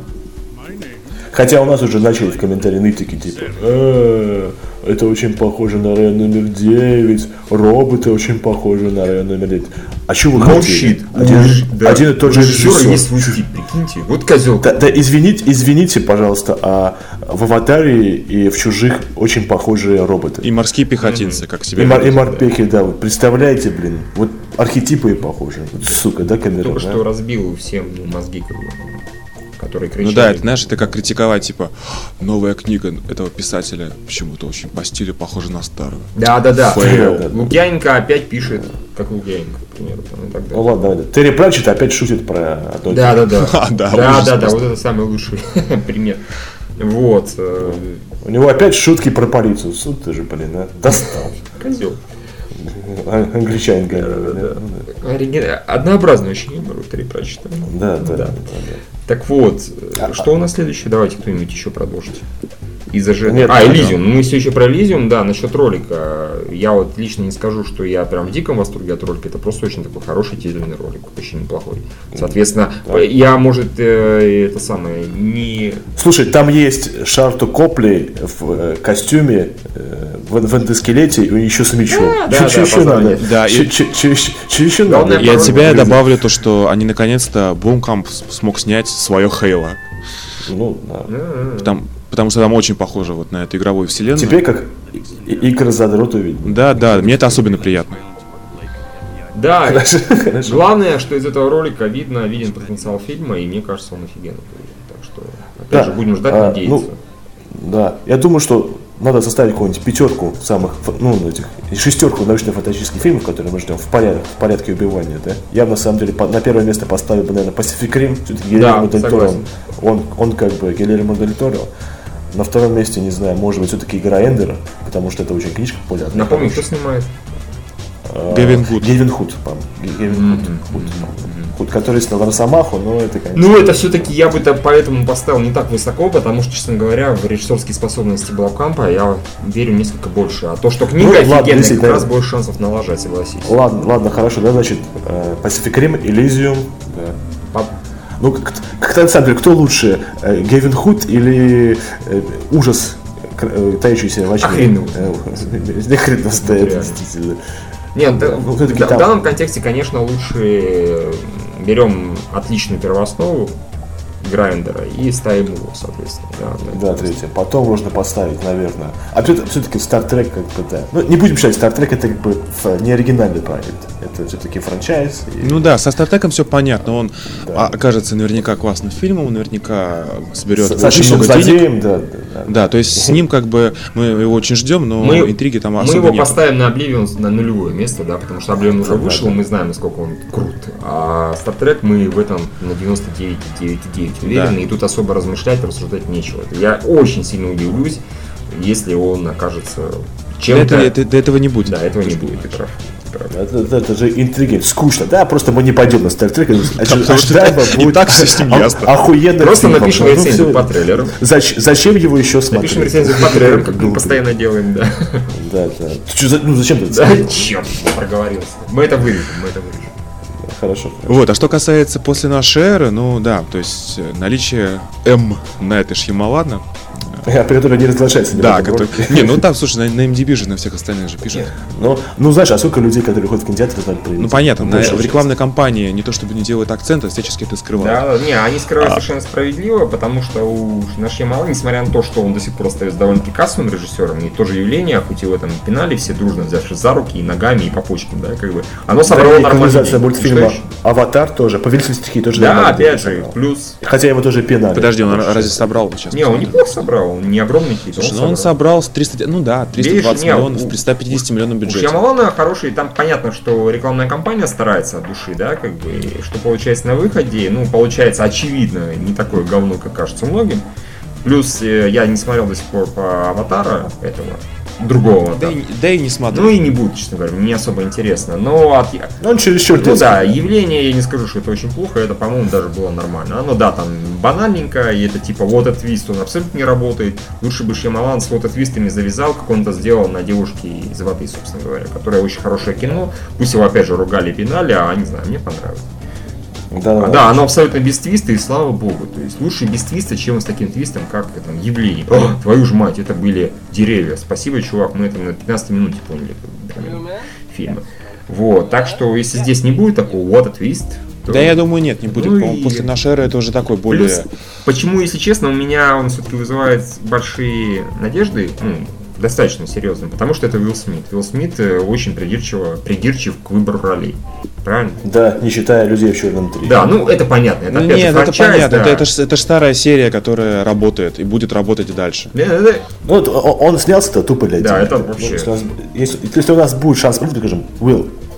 Хотя у нас уже начали в комментарии нытики, типа, э, это очень похоже на Район номер девять, роботы очень похожи на Район номер девять. А что вы хотите? Один, да. один и тот же режиссер. Есть свой стиль, прикиньте. Вот козел. Да, да извините, извините, пожалуйста, а в «Аватаре» и в «Чужих» очень похожие роботы. И морские пехотинцы, mm-hmm. как себе. И, мор- и морпехи, да. Вот представляете, блин, вот архетипы похожи. Вот, сука, да, камера. Только да? что разбил всем мозги, как бы, которые кричали. Ну да, это, знаешь, это как критиковать, типа, новая книга этого писателя почему-то очень по стилю похожа на старую. Да, да, да. Фейл. Лукьяненко опять пишет как Лу Гейнг, к примеру, там, и так далее. Ну ладно, давай. Терри Пратчетт опять шутит про одно. Да, да, да. А, да, да, ужас да, да, просто. вот это самый лучший пример. Вот. э, У него опять шутки про полицию. Суд ты же, блин, а? Достал. Козел. А- Англичанин, Да, говорит. да, да. Оригина- Однообразный очень юмор у Терри Пратчетта. Да, да, Да. да. Так вот, э, что у нас следующее? Давайте кто-нибудь еще продолжите. Из-за же... Нет, а, да, Элизиум. Ну, мы все еще про Элизиум, да, насчет ролика. Я вот лично не скажу, что я прям в диком восторге от ролика. Это просто очень такой хороший тизерный ролик, очень неплохой. Соответственно, Да. я, может, э, это самое, не... Слушай, там есть Шарту Копли в э, костюме, э, в, в эндоскелете и еще с мечом. Да, да, Че да, че еще позвонит. надо? Да, Че и- че- че- че еще Главное, надо? И от порой себя я выглядит. добавлю то, что они наконец-то Blomkamp с- смог снять свое Хейла. Ну, да. Потому, потому что там очень похоже вот на эту игровую вселенную. Тебе как и- икры задроту видно. Да, да, мне это особенно приятно. Да, Хорошо, хорошо. главное, что из этого ролика видно, виден потенциал фильма, и мне кажется, он офигенно выглядит. Так что, опять Да. же, будем ждать, А, надеяться. ну, Да, я думаю, что надо составить какую-нибудь пятерку самых, ф- ну, этих, шестерку научно-фантастических фильмов, которые мы ждем в порядке, в порядке убивания, да. Я на самом деле по- на первое место поставил бы, наверное, Pacific Rim, все-таки Гильермо Дель Торо. согласен. Он, он как бы Гильермо Дель Торо. На втором месте, не знаю, может быть, все-таки игра Эндера, потому что это очень книжка популярная. Напомню, кто снимает? А, Гевин Худ. Гевин Худ, по-моему. Ге- Гевин Худ, Мгм. Худ, Худ, который снял Росомаху, но это, конечно... Ну, это все-таки я бы то поэтому поставил не так высоко, потому что, честно говоря, в режиссерские способности Блокампа я верю несколько больше. А то, что книга Ну, ладно, офигенная, как действительно. раз больше шансов налажать, согласись. Ладно, ладно, хорошо, да, значит, э, Pacific Rim, Elysium, да. По- Ну, как- как-то на самом деле, кто лучше, э, Гевин Худ или э, ужас, к- э, тающийся во тьме? А хрен его Э, Ни хрена знает, Реально. действительно. Нет, да, Ну, в, всё-таки да- в там- данном контексте, конечно, лучше э, берем отличную первооснову Грайндера и ставим его, соответственно. Да, Да, третье. Потом можно поставить, наверное. А все-таки Star Trek, как бы, да. Ну, не будем считать, Star Trek это как бы ф- не оригинальный проект. Это все-таки франчайз. и- Ну да, со Стартеком все понятно. Он Да. а, окажется наверняка классным фильмом, он наверняка соберет С- очень отличным много денег. злодеем, да, да, да. Да, то есть с ним как бы мы его очень ждем, но Мы- интриги там Мы особо его нет. поставим на Oblivion на нулевое место, да, потому что Oblivion уже Да, вышел, да. мы знаем, насколько он крут. А Star Trek мы в этом на девяносто девять целых девять десятых девять уверены, Да. и тут особо размышлять, рассуждать нечего. Это я очень сильно удивлюсь, если он окажется До, чем-то... этого, это- до этого не будет. Да, этого не будет, ты прав. ты прав. Это, это- это же интриги, скучно. Да, просто мы не пойдем на Star Trek. потому что и так всё с ним ясно. Охуенно. Просто напишем рецензию по трейлерам. Зачем, зачем его еще смотреть? Напишем рецензию по трейлерам, как мы Глупый. постоянно делаем, да. Да, да. Ты чё, за- ну зачем ты это Да, сказал? черт, проговорился. Мы это вырежем, мы это вырежем. Хорошо. Вот, а что касается после нашей эры, ну да, то есть э, наличие М на этой Шьямалана. Я при которой не разглашается. ни Да, разу который... ролик. Не, ну там, слушай, на, на эм ди би же на всех остальных же пишут. Ну, ну, знаешь, а сколько людей, которые ходят в кинотеатр, знают про Ну понятно, на, Большая в часть. рекламной кампании не то чтобы не делают акцент, а всячески это скрывают. Да, не, они скрывают А. совершенно справедливо, потому что у Шьямалана, несмотря на то, что он до сих пор остается довольно-таки кассовым режиссером, и то же явление, хоть и в этом пенали, все дружно взявшись за руки и ногами, и по почкам, да, как бы. Оно собрало Да, и нормальный экранизация денег. мультфильма Что еще? «Аватар» тоже, «Повелитель стихий» тоже Да, нормально опять денег же, собрал. плюс... Хотя его тоже пинали. Подожди, он разве собрал сейчас? Не, он неплохо собрал, он не огромный хит, Слушай, ну он собрал с триста, ну да, триста двадцать Видишь, не, миллионов у- при ста пятидесяти миллионном У бюджете. Шьямалана хороший, там понятно, что рекламная кампания старается от души, да, как бы, и что получается на выходе, ну, получается очевидно, не такое говно, как кажется многим. Плюс э, я не смотрел до сих пор по «Аватара» этого, другого Да, «Аватара». и, да и не смотрю. Ну и не буду, честно говоря, мне не особо интересно. Но от... Ну, он чересчур Ну детский. да, явление, я не скажу, что это очень плохо, это, по-моему, даже было нормально. Оно, да, там банальненько, и это типа вот этот твист, он абсолютно не работает. Лучше бы Шьямалан с вот твистами завязал, как он это сделал на «Девушке из воды», собственно говоря, которое очень хорошее кино. Пусть его, опять же, ругали и пинали, а не знаю, мне понравилось. Да, А, да, оно абсолютно без твиста, и слава богу. То есть лучше без твиста, чем с таким твистом, как там, явление. О, твою же мать, это были деревья. Спасибо, чувак, мы это на пятнадцатой минуте поняли фильма. Вот, так что если здесь не будет такого what a twist, то... Да, я думаю, нет, не будет. Ну По-моему, и- после нашей эры это уже такой более... Плюс, почему, если честно, у меня он все-таки вызывает большие надежды, ну, достаточно серьезно, потому что это Уилл Смит. Уилл Смит э, очень придирчиво, придирчив к выбору ролей. Правильно? Да, не считая «Людей в черном три». Да, ну это понятно. Это Ну, опять же нет, это франчайз, понятно, да. это, это, ж, это ж старая серия, которая работает и будет работать и дальше. Да, да, да. Ну, вот о- он снялся-то тупо для Да, денег. это Ну, вообще- Если у, нас, если, если у нас будет шанс, мы скажем, Уилл,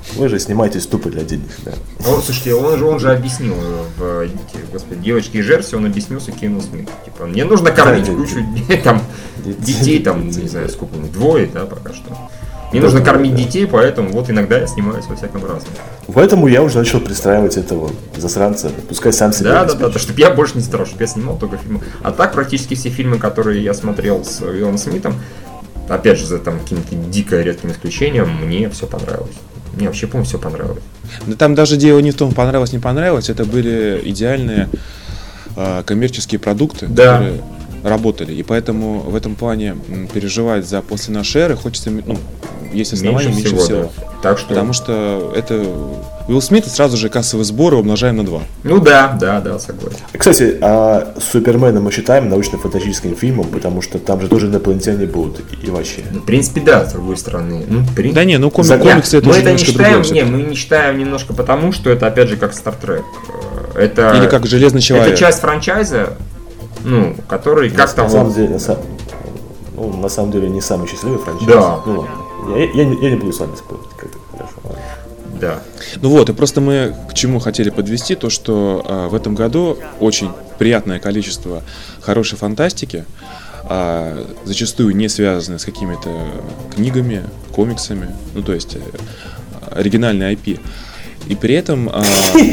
Вы же снимаетесь тупо для денег, да. Он, слушайте, он же, он же объяснил в, господи, «Девочки и Жерси», он объяснился Кевину Смиту. Типа, мне нужно кормить да, кучу там, детей, там, не знаю, сколько у них, двое, да, пока что. Мне нужно кормить детей, поэтому вот иногда я снимаюсь во всяком разном. Поэтому я уже начал пристраивать этого засранца, пускай сам себе Да, да, да, да, чтобы я больше не старался, чтобы я снимал только фильмы. А так практически все фильмы, которые я смотрел с Уиллом Смитом, опять же, за там каким-то дико редким исключением, мне все понравилось. Мне вообще, по-моему, все понравилось. Да там даже дело не в том, понравилось, не понравилось, это были идеальные э, коммерческие продукты, да. которые работали. И поэтому в этом плане м, переживать за после нашей эры хочется, ну, есть основания меньше, меньше всего. всего. Да. Так что... Потому что это Уилл Смит, сразу же кассовые сборы умножаем на два. Ну да, да, да, согласен. Кстати, а Супермена мы считаем научно-фантастическим фильмом, потому что там же тоже инопланетяне будут и, и вообще. Ну, в принципе, да, с другой стороны. Ну, в принципе... Да не, ну коми- За... комиксы это мы уже это не немножко считаем, другое. Не, мы не считаем немножко потому, что это опять же как Стартрек. Это... Или как Железный человек. Это часть франчайза, ну, который как-то... На вот... самом деле, на, сам... ну, на самом деле не самый счастливый франчайз. Да. Ну ладно. Я, я, я, не, я не буду с вами спорить, как-то хорошо. Ладно. Да. Ну вот, и просто мы к чему хотели подвести, то что а, в этом году очень приятное количество хорошей фантастики, а, зачастую не связанной с какими-то книгами, комиксами, ну то есть а, оригинальный ай пи. И при этом... А...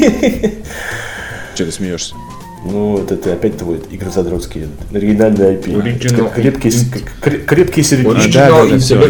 Че ты смеешься? Ну, это ты опять твой игрозадротский оригинальный ай пи. Original... Крепкий, крепкий середняк. Да, да, да, все.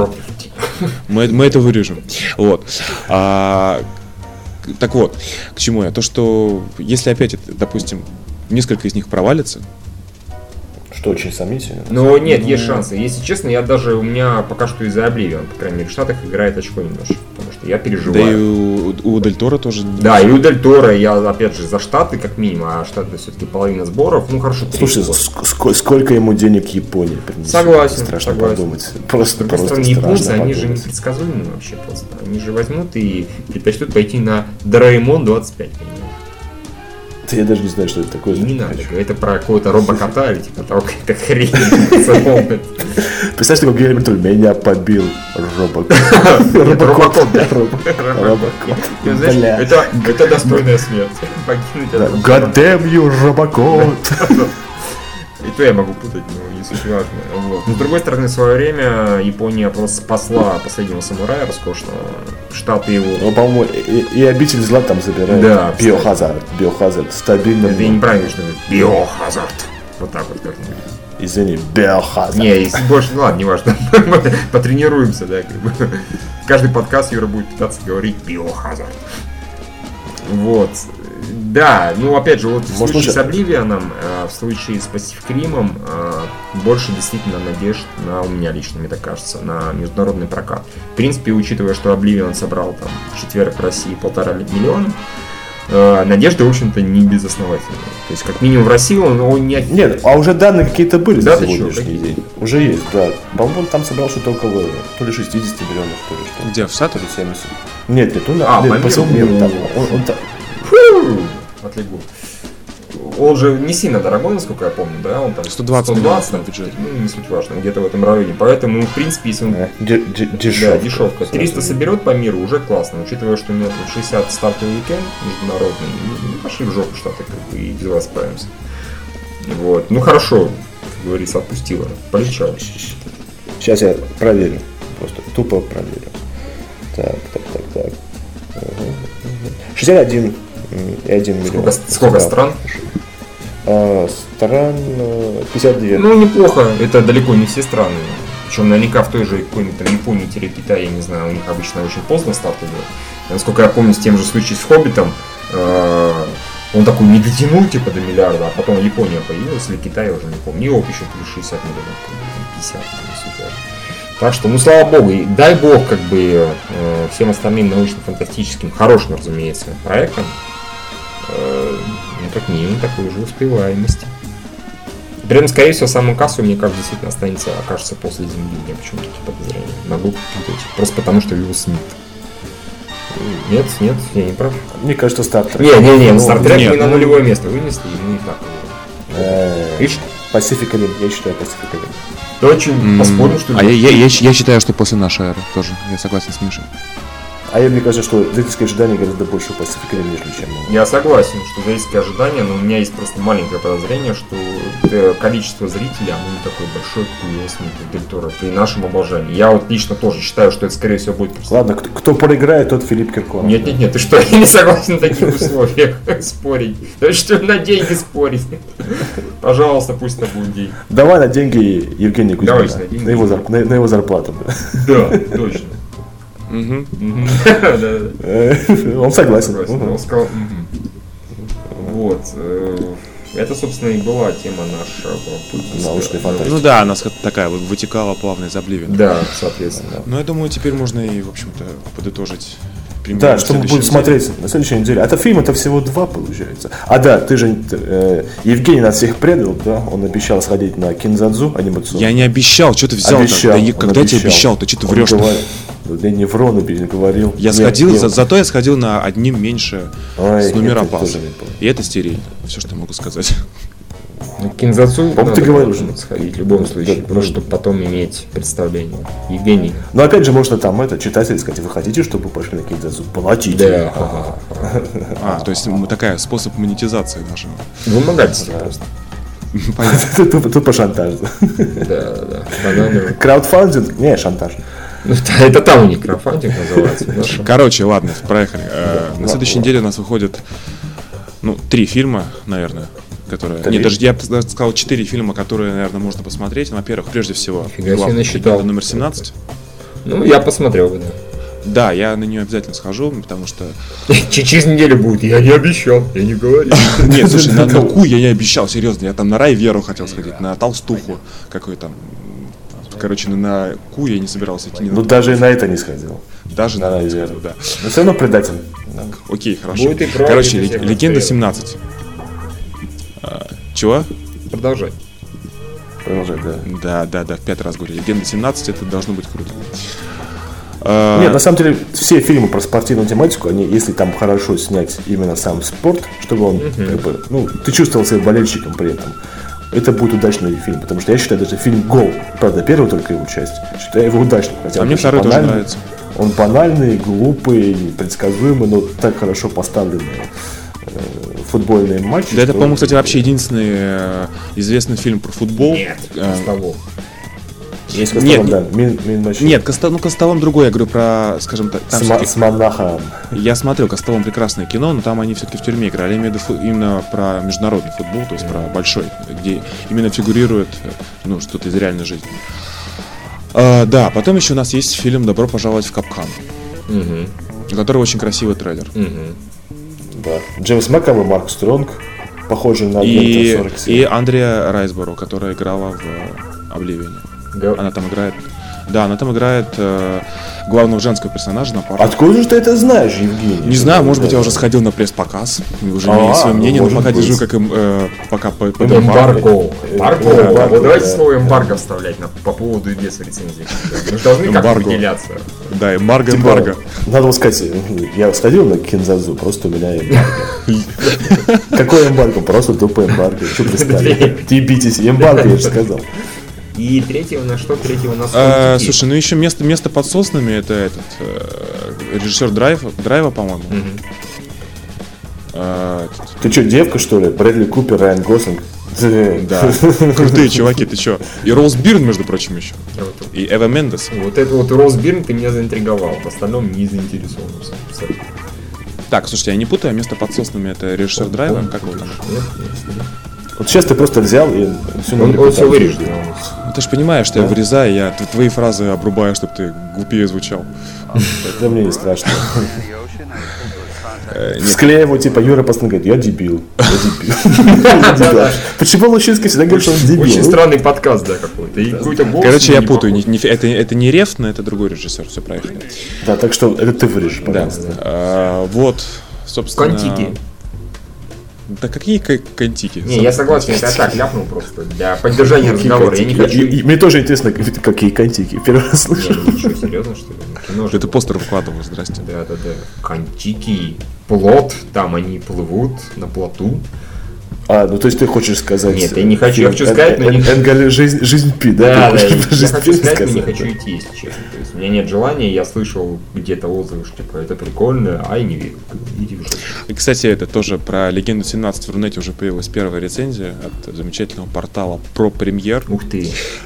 Мы, мы это вырежем. Вот. А, так вот, к чему я? То, что если опять, допустим, несколько из них провалится. Что очень сомнительно. Но нет, есть шансы. Если честно, я даже, у меня пока что из-за Обливион, по крайней мере, в Штатах играет очко немножко, потому что я переживаю. Да и у, у Дель Торо тоже. Да, и у Дель Торо я, опять же, за Штаты как минимум, а Штаты все-таки половина сборов, ну хорошо. Слушай, ск- сколько ему денег Японии принесет? Согласен, страшно согласен. подумать. Просто, просто страны страшно японцы, подумать. они же непредсказуемы вообще просто. Они же возьмут и предпочтут пойти на Дораэмон двадцать пять, понимаешь? Я даже не знаю, что это такое. И не надо, это про какого-то робокота или типа того, какая-то хрень. Представь, такой Гельмут меня побил робокот. Робокот, да. Робокот. Это достойная смерть. God damn you, робокот. И то я могу путать, но не суть важно. Вот. Но с другой стороны, в свое время Япония просто спасла последнего самурая роскошного. Штаты его. Ну, по-моему, и, и обитель зла там забирают. Да. Биохазард. Биохазард. Стабильно. Это я неправильно, что это биохазард. Вот так вот как-нибудь. Извини, биохазард. Не, если больше, ну ладно, не важно. Потренируемся, да, как бы. Каждый подкаст Юра будет пытаться говорить биохазард. Вот. Да, ну опять же, вот в Может, случае лучше... с Обливионом, э, в случае с Pacific Rim, э, больше действительно надежд на, у меня лично, мне так кажется, на международный прокат. В принципе, учитывая, что Обливион собрал там в четверг в России полтора миллиона, э, надежды, в общем-то, не безосновательные. То есть, как минимум в России он, он не... Нет, а уже данные какие-то были да, за сегодняшний день. Уже есть, да. По-моему, там собрал что-то около то ли шестьдесят миллионов, то ли что. Где, в Штатах? семьдесят. Нет, нет, он, а, нет, по по всему миру. миру там. Он, он, он, Фу, отлегу. Он же не сильно дорогой, насколько я помню, да? Он там сто двадцать миллионов на бюджет. Ну, не суть важно, где-то в этом районе. Поэтому, в принципе, если он... Дешевка. Да, дешевка. триста соберет по миру, уже классно. Учитывая, что у него там шестьдесят стартовый уикенд международный, не пошли в жопу Штаты, как бы, и дела справимся. Вот. Ну, хорошо, как говорится, отпустила. Полегчало. Сейчас я проверю. Просто тупо проверю. Так, так, так, так. шестьдесят один и один миллион. Сколько, сколько стран? А, стран пятьдесят два. Ну, неплохо. Это далеко не все страны. Причем наверняка в той же какой-нибудь там Японии-Китае, я не знаю, у них обычно очень поздно старт идет. Насколько я помню, с тем же случаем с Хоббитом, э, он такой не дотянул типа до миллиарда, а потом Япония появилась, или Китай, я уже не помню. И оп, еще плюс шестьдесят миллионов, пятьдесят, не суть важно. Так что, ну, слава богу, и дай бог, как бы, э, всем остальным научно-фантастическим, хорошим, разумеется, проектам, э, ну, как минимум, такой же успеваемости. При этом, скорее всего, самую кассу, мне кажется, действительно останется, окажется после Земли. У меня почему-то такие подозрения. Могу путать. Просто потому, что Уилл Смит. Нет, нет, я не прав. Мне кажется, Стартрек. Не, не, не, ну, Стартрек мы нет, на ну... нулевое место вынесли, и мы и так. Видишь? Pacific Rim, я считаю Pacific Rim. Да очень поспорим, что ли. А я, я, я, я считаю, что после нашей эры тоже. Я согласен с Мишей. А я, мне кажется, что зрительские ожидания гораздо больше у Pacific Rim, нежели чем... Я согласен, что зрительские ожидания, но у меня есть просто маленькое подозрение, что количество зрителей, оно не такое большое, как у Уилла Смита и Дель Торо, при нашем обожании. Я вот лично тоже считаю, что это, скорее всего, будет... Ладно, кто, кто проиграет, тот Филипп Киркоров. Нет, нет, нет, ты что, я не согласен на таких условиях спорить. Да что на деньги спорить? Пожалуйста, пусть это будет деньги. Давай на деньги Евгения Кузьмина. Давайте на деньги. На его, зар- на, на его зарплату. Да, точно. Он согласен. Он сказал, вот. Это, собственно, и была тема нашего пути. Научной фантастики. Ну да, у нас такая вот вытекала плавно из Обливиона. Да, соответственно. Ну я думаю, теперь можно и, в общем-то, подытожить. Да, что мы будем смотреть на следующей неделе. А это фильм, это всего два, получается. А да, ты же, э, Евгений нас всех предал, да? Он обещал сходить на Кинзадзу анимационный. Я не обещал, что ты взял? Обещал, Да, я, когда обещал. я тебе обещал, ты что ты Он врешь? говорил, я не вру, он говорил. Я Нет, сходил, нет. за, зато я сходил на одним меньше Ой, с номера это пас. тоже не помню. И это стерильно. Все, что я могу сказать. Кинзацу По-моему, ты говорил уже. сходить в любом случае, Да, ну, да. чтобы потом иметь представление. Евгений. Но опять же, можно там это, читатель сказать, вы хотите, чтобы пошли на Кинзадзу? Платите. Да. А, то есть м, такая способ монетизации нашего. Вымогательство просто. Понятно. Тут тут по шантажу. Да, да. Бананы. Краудфандинг? Не, шантаж. Ну, это, это там у них краудфандинг называется. Хорошо. Короче, ладно, проехали. Э, На следующей неделе у нас выходит, ну, три фильма, наверное, которые... Три? Нет, даже я бы даже сказал четыре фильма, которые, наверное, можно посмотреть. Во-первых, прежде всего, Нифига себе главный насчитал. легенда номер семнадцать. Ну, я посмотрел бы, да. Да, я на нее обязательно схожу, потому что... Ч- Через неделю будет. Я не обещал, я не говорил. Нет, слушай, на, на Ку я не обещал, серьезно. Я там на Рай Веру хотел сходить, на Толстуху, какой там... Короче, на, на Ку я не собирался идти. ни на Ну, Ку. даже и на это не сходил. Даже на на Рай это, Веру. да. Но все равно предатель. Да. Окей, хорошо. Будет и кровь, Короче, и ле- всех Легенда расстреляют. семнадцать. А, чего? Продолжай. Продолжай, да. Да, да, да, в пятый раз говорю. Легенда семнадцать, это должно быть круто. А, Нет, на самом деле, все фильмы про спортивную тематику, они, если там хорошо снять именно сам спорт, чтобы он, как бы, ну, ты чувствовал себя болельщиком при этом, это будет удачный фильм, потому что я считаю даже фильм «Гол», правда, первую только его часть, считаю его удачным. Хотя А он мне очень второй тоже банальный. нравится. Он банальный, глупый, предсказуемый, но так хорошо поставленный э, футбольные матчи. Да, это, что- по-моему, кстати, вообще единственный э, известный фильм про футбол. Нет, Э, Костолов. Есть Нет, Костолом, да, Мин- Минмач. Нет, Коста, ну Костолом другой, я говорю про, скажем так, там С, всё-таки- с монахом. я смотрел Костолом прекрасное кино, но там они все-таки в тюрьме играли. Я имею в виду фу- именно про международный футбол, то есть про большой, где именно фигурирует э, ну, что-то из реальной жизни. А, да, потом еще у нас есть фильм «Добро пожаловать в Капкан», Мгм, у которого очень красивый трейлер. мгм. Да. Джеймс Макэвой, Марк Стронг, похожий на И, агента сорок семь. и Андреа Райсборо, которая играла в э, «Обливионе». Га- Она там играет... Да, она там играет э, главного женского персонажа на пару. Откуда же ты это знаешь, Евгений? Не знаю, может быть, я уже сходил на пресс-показ, и уже А, имею свое ну, мнение, но может пока быть. держу как им, э, пока по, по- Эмбарго. Эмбарго, Эмбарго. да, Вот давайте да. слово эмбарго вставлять на- по поводу и без в рецензии. Мы же должны как-то Эмбарго. выделяться. Да, эмбарго, Типа, эмбарго. Надо вот сказать, я сходил на Кинзадзу, просто у меня эмбарго. Какой эмбарго? Просто тупо эмбарго. Что пристали? Ебитесь, эмбарго, я же сказал. И третьего на что? Третьего на А, сколько? слушай, ну еще место, место под соснами это этот э, режиссер Драйв, Драйва, по-моему. Мгм. А, Ты что, девка, что ли? Брэдли Купер, Райан Гослинг? да, крутые чуваки, ты че? И Роуз Бирн, между прочим, еще. А вот- И Эва Мендес. Вот это вот Рос Бирн ты меня заинтриговал, в остальном не заинтересован. абсолютно. Так, слушайте, я не путаю, место под соснами это режиссер Драйва, как его там? Нет, нет, нет. Вот сейчас ты просто взял и всю Он, он все репутацию. вырежет. Ну, ты же понимаешь, что я вырезаю, я т- твои фразы обрубаю, чтобы ты глупее звучал. Это мне не страшно. Э, нет, Склеиваю, типа, Юра постоянно говорит, я дебил. Я дебил. Я дебил. Почему Лучинский всегда говорит, что он дебил? Очень странный подкаст, да, какой-то. И какой-то голос короче, не я путаю, похож. не- не- это, это не Реф, но это другой режиссер, все проехали. Да, так что это ты вырежешь, Да. пожалуйста. А, вот, собственно... Контики. Да какие ка- контики? Не, я согласен, это я так ляпнул просто для поддержания разговора. Я не хочу... И- и- Мне тоже интересно, какие контики. Первый раз слышу. Не, ничего, серьезно, что ли? Кино же Ты было. постер выкладывал, здрасте. Да, да, да. Контики. Плот, там они плывут на плоту. А, ну то есть ты хочешь сказать... Нет, я не хочу, я хочу сказать, но не... Энгель, жизнь, жизнь пи, да? Да, да, я хочу сказать, но не хочу идти, если честно. То есть у меня нет желания, я слышал где-то отзывы, что типа это прикольно, а я не верю. Иди в жопу. И, кстати, это тоже про Легенду семнадцать в Рунете уже появилась первая рецензия от замечательного портала Про Премьер. Ух ты.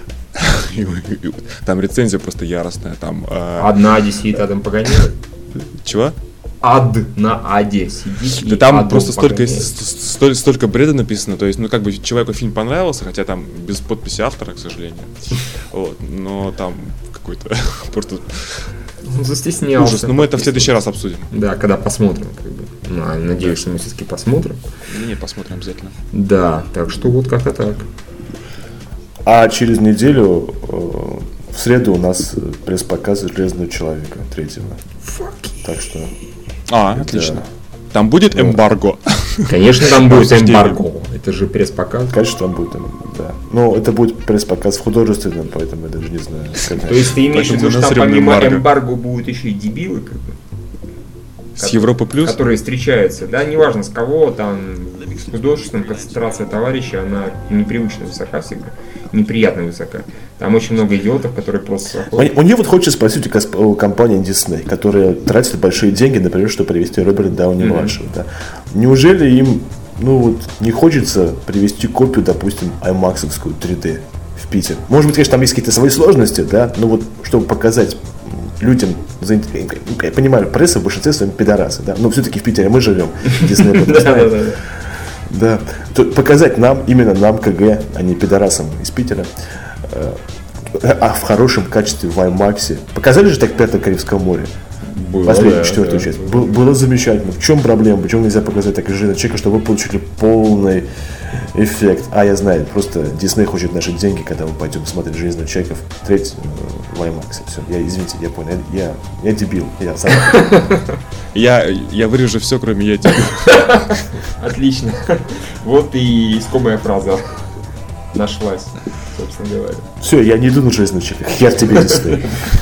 Там рецензия просто яростная. Там, э... Одна Аде сидит, Адам погоняет. Чего? Ад на Аде сидит. Да там просто столько, столько, столько бреда написано. То есть, ну как бы человеку фильм понравился, хотя там без подписи автора, к сожалению. Вот, но там какой-то просто застеснялся. ужас. Но мы это в следующий раз обсудим. Да, когда посмотрим, как бы. Ну, надеюсь, что мы все-таки посмотрим. Не, посмотрим обязательно. Да, так что вот как-то так. А через неделю в среду у нас пресс-показ Железного человека третьего. Так что. А, это... отлично. Там будет эмбарго. Конечно, там будет эмбарго. Это же пресс-показ. Конечно, там будет, да. Но это будет пресс-показ в художественном, поэтому я даже не знаю. То есть ты имеешь в виду, что там помимо эмбарго будут еще и дебилы, как бы? С Европы плюс? Которые встречаются, да, неважно с кого, там, с художественным, концентрация товарища, она непривычно высока всегда, неприятно высока. Там очень много идиотов, которые просто... У, у нее вот хочется спросить у компании Disney, которая тратит большие деньги, например, чтобы привести Роберта Дауни-младшего. Mm-hmm. Да. Неужели им, ну вот, не хочется привести копию, допустим, аймаксовскую три дэ в Питер? Может быть, конечно, там есть какие-то свои сложности, да, но вот, чтобы показать людям, я понимаю, пресса в большинстве своем пидорасы, да, но все-таки в Питере мы живем, Дисней об этом знает. Да, показать нам, именно нам, КГ, а не пидорасам из Питера, а в хорошем качестве в IMAX. Показали же так «Пятое Карибское море»? Было, последнюю, да, четвертую да. часть. Был, было замечательно. В чем проблема? Почему нельзя показать так Железного человека, чтобы вы получили полный эффект? А, я знаю, просто Дисней хочет наши деньги, когда мы пойдем смотреть Железного человека в треть в IMAX. Все, я, извините, я понял. Я, я дебил. Я сам. Я, я вырежу все, кроме я дебил. Отлично. Вот и искомая фраза нашлась, собственно говоря. Все, я не иду на Железного человека. Я в тебе Дисней.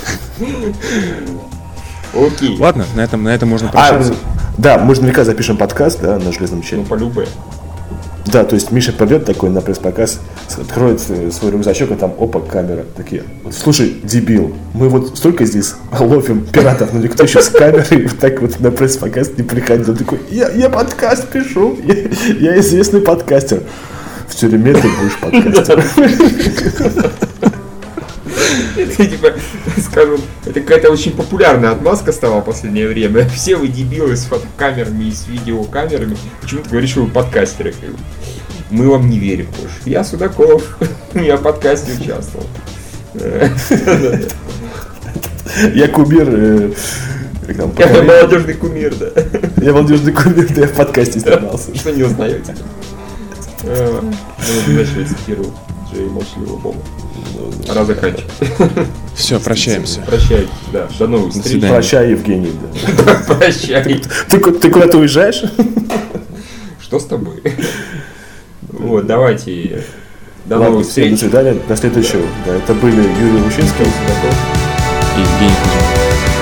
Окей. Ладно, на этом, на этом можно прощаться. А, да, мы же наверняка запишем подкаст, да, на Железном человеке. Ну, по-любому. Да, то есть Миша придет такой на пресс-показ, откроет свой рюкзачок, и там, опа, камера. Такие, слушай, дебил, мы вот столько здесь ловим пиратов, но никто еще с камерой вот так вот на пресс-показ не приходил. Он такой, я, я подкаст пишу, я, я известный подкастер. В тюрьме ты будешь подкастером. Это, типа, скажу, это какая-то очень популярная отмазка стала в последнее время. Все вы дебилы с фотокамерами и с видеокамерами. Почему ты говоришь, что вы подкастеры? Мы вам не верим больше. Я Судаков, я в подкасте участвовал. Я кумир. Я молодежный кумир, да. Я молодежный кумир, да, я в подкасте снимался. Что не узнаете? Ну, начали цитировать Джей Молчаливого Бога. Пора заканчивать. Все, прощаемся. Прощайте, да. До новых встреч. Прощай, Евгений. Да. Прощай. Ты, ты, ты куда-то уезжаешь? Что с тобой? Вот, давайте. До Ладно, новых встреч. До свидания. До следующего. Да, это были Юрий Лучинский и Евгений Кузьмин.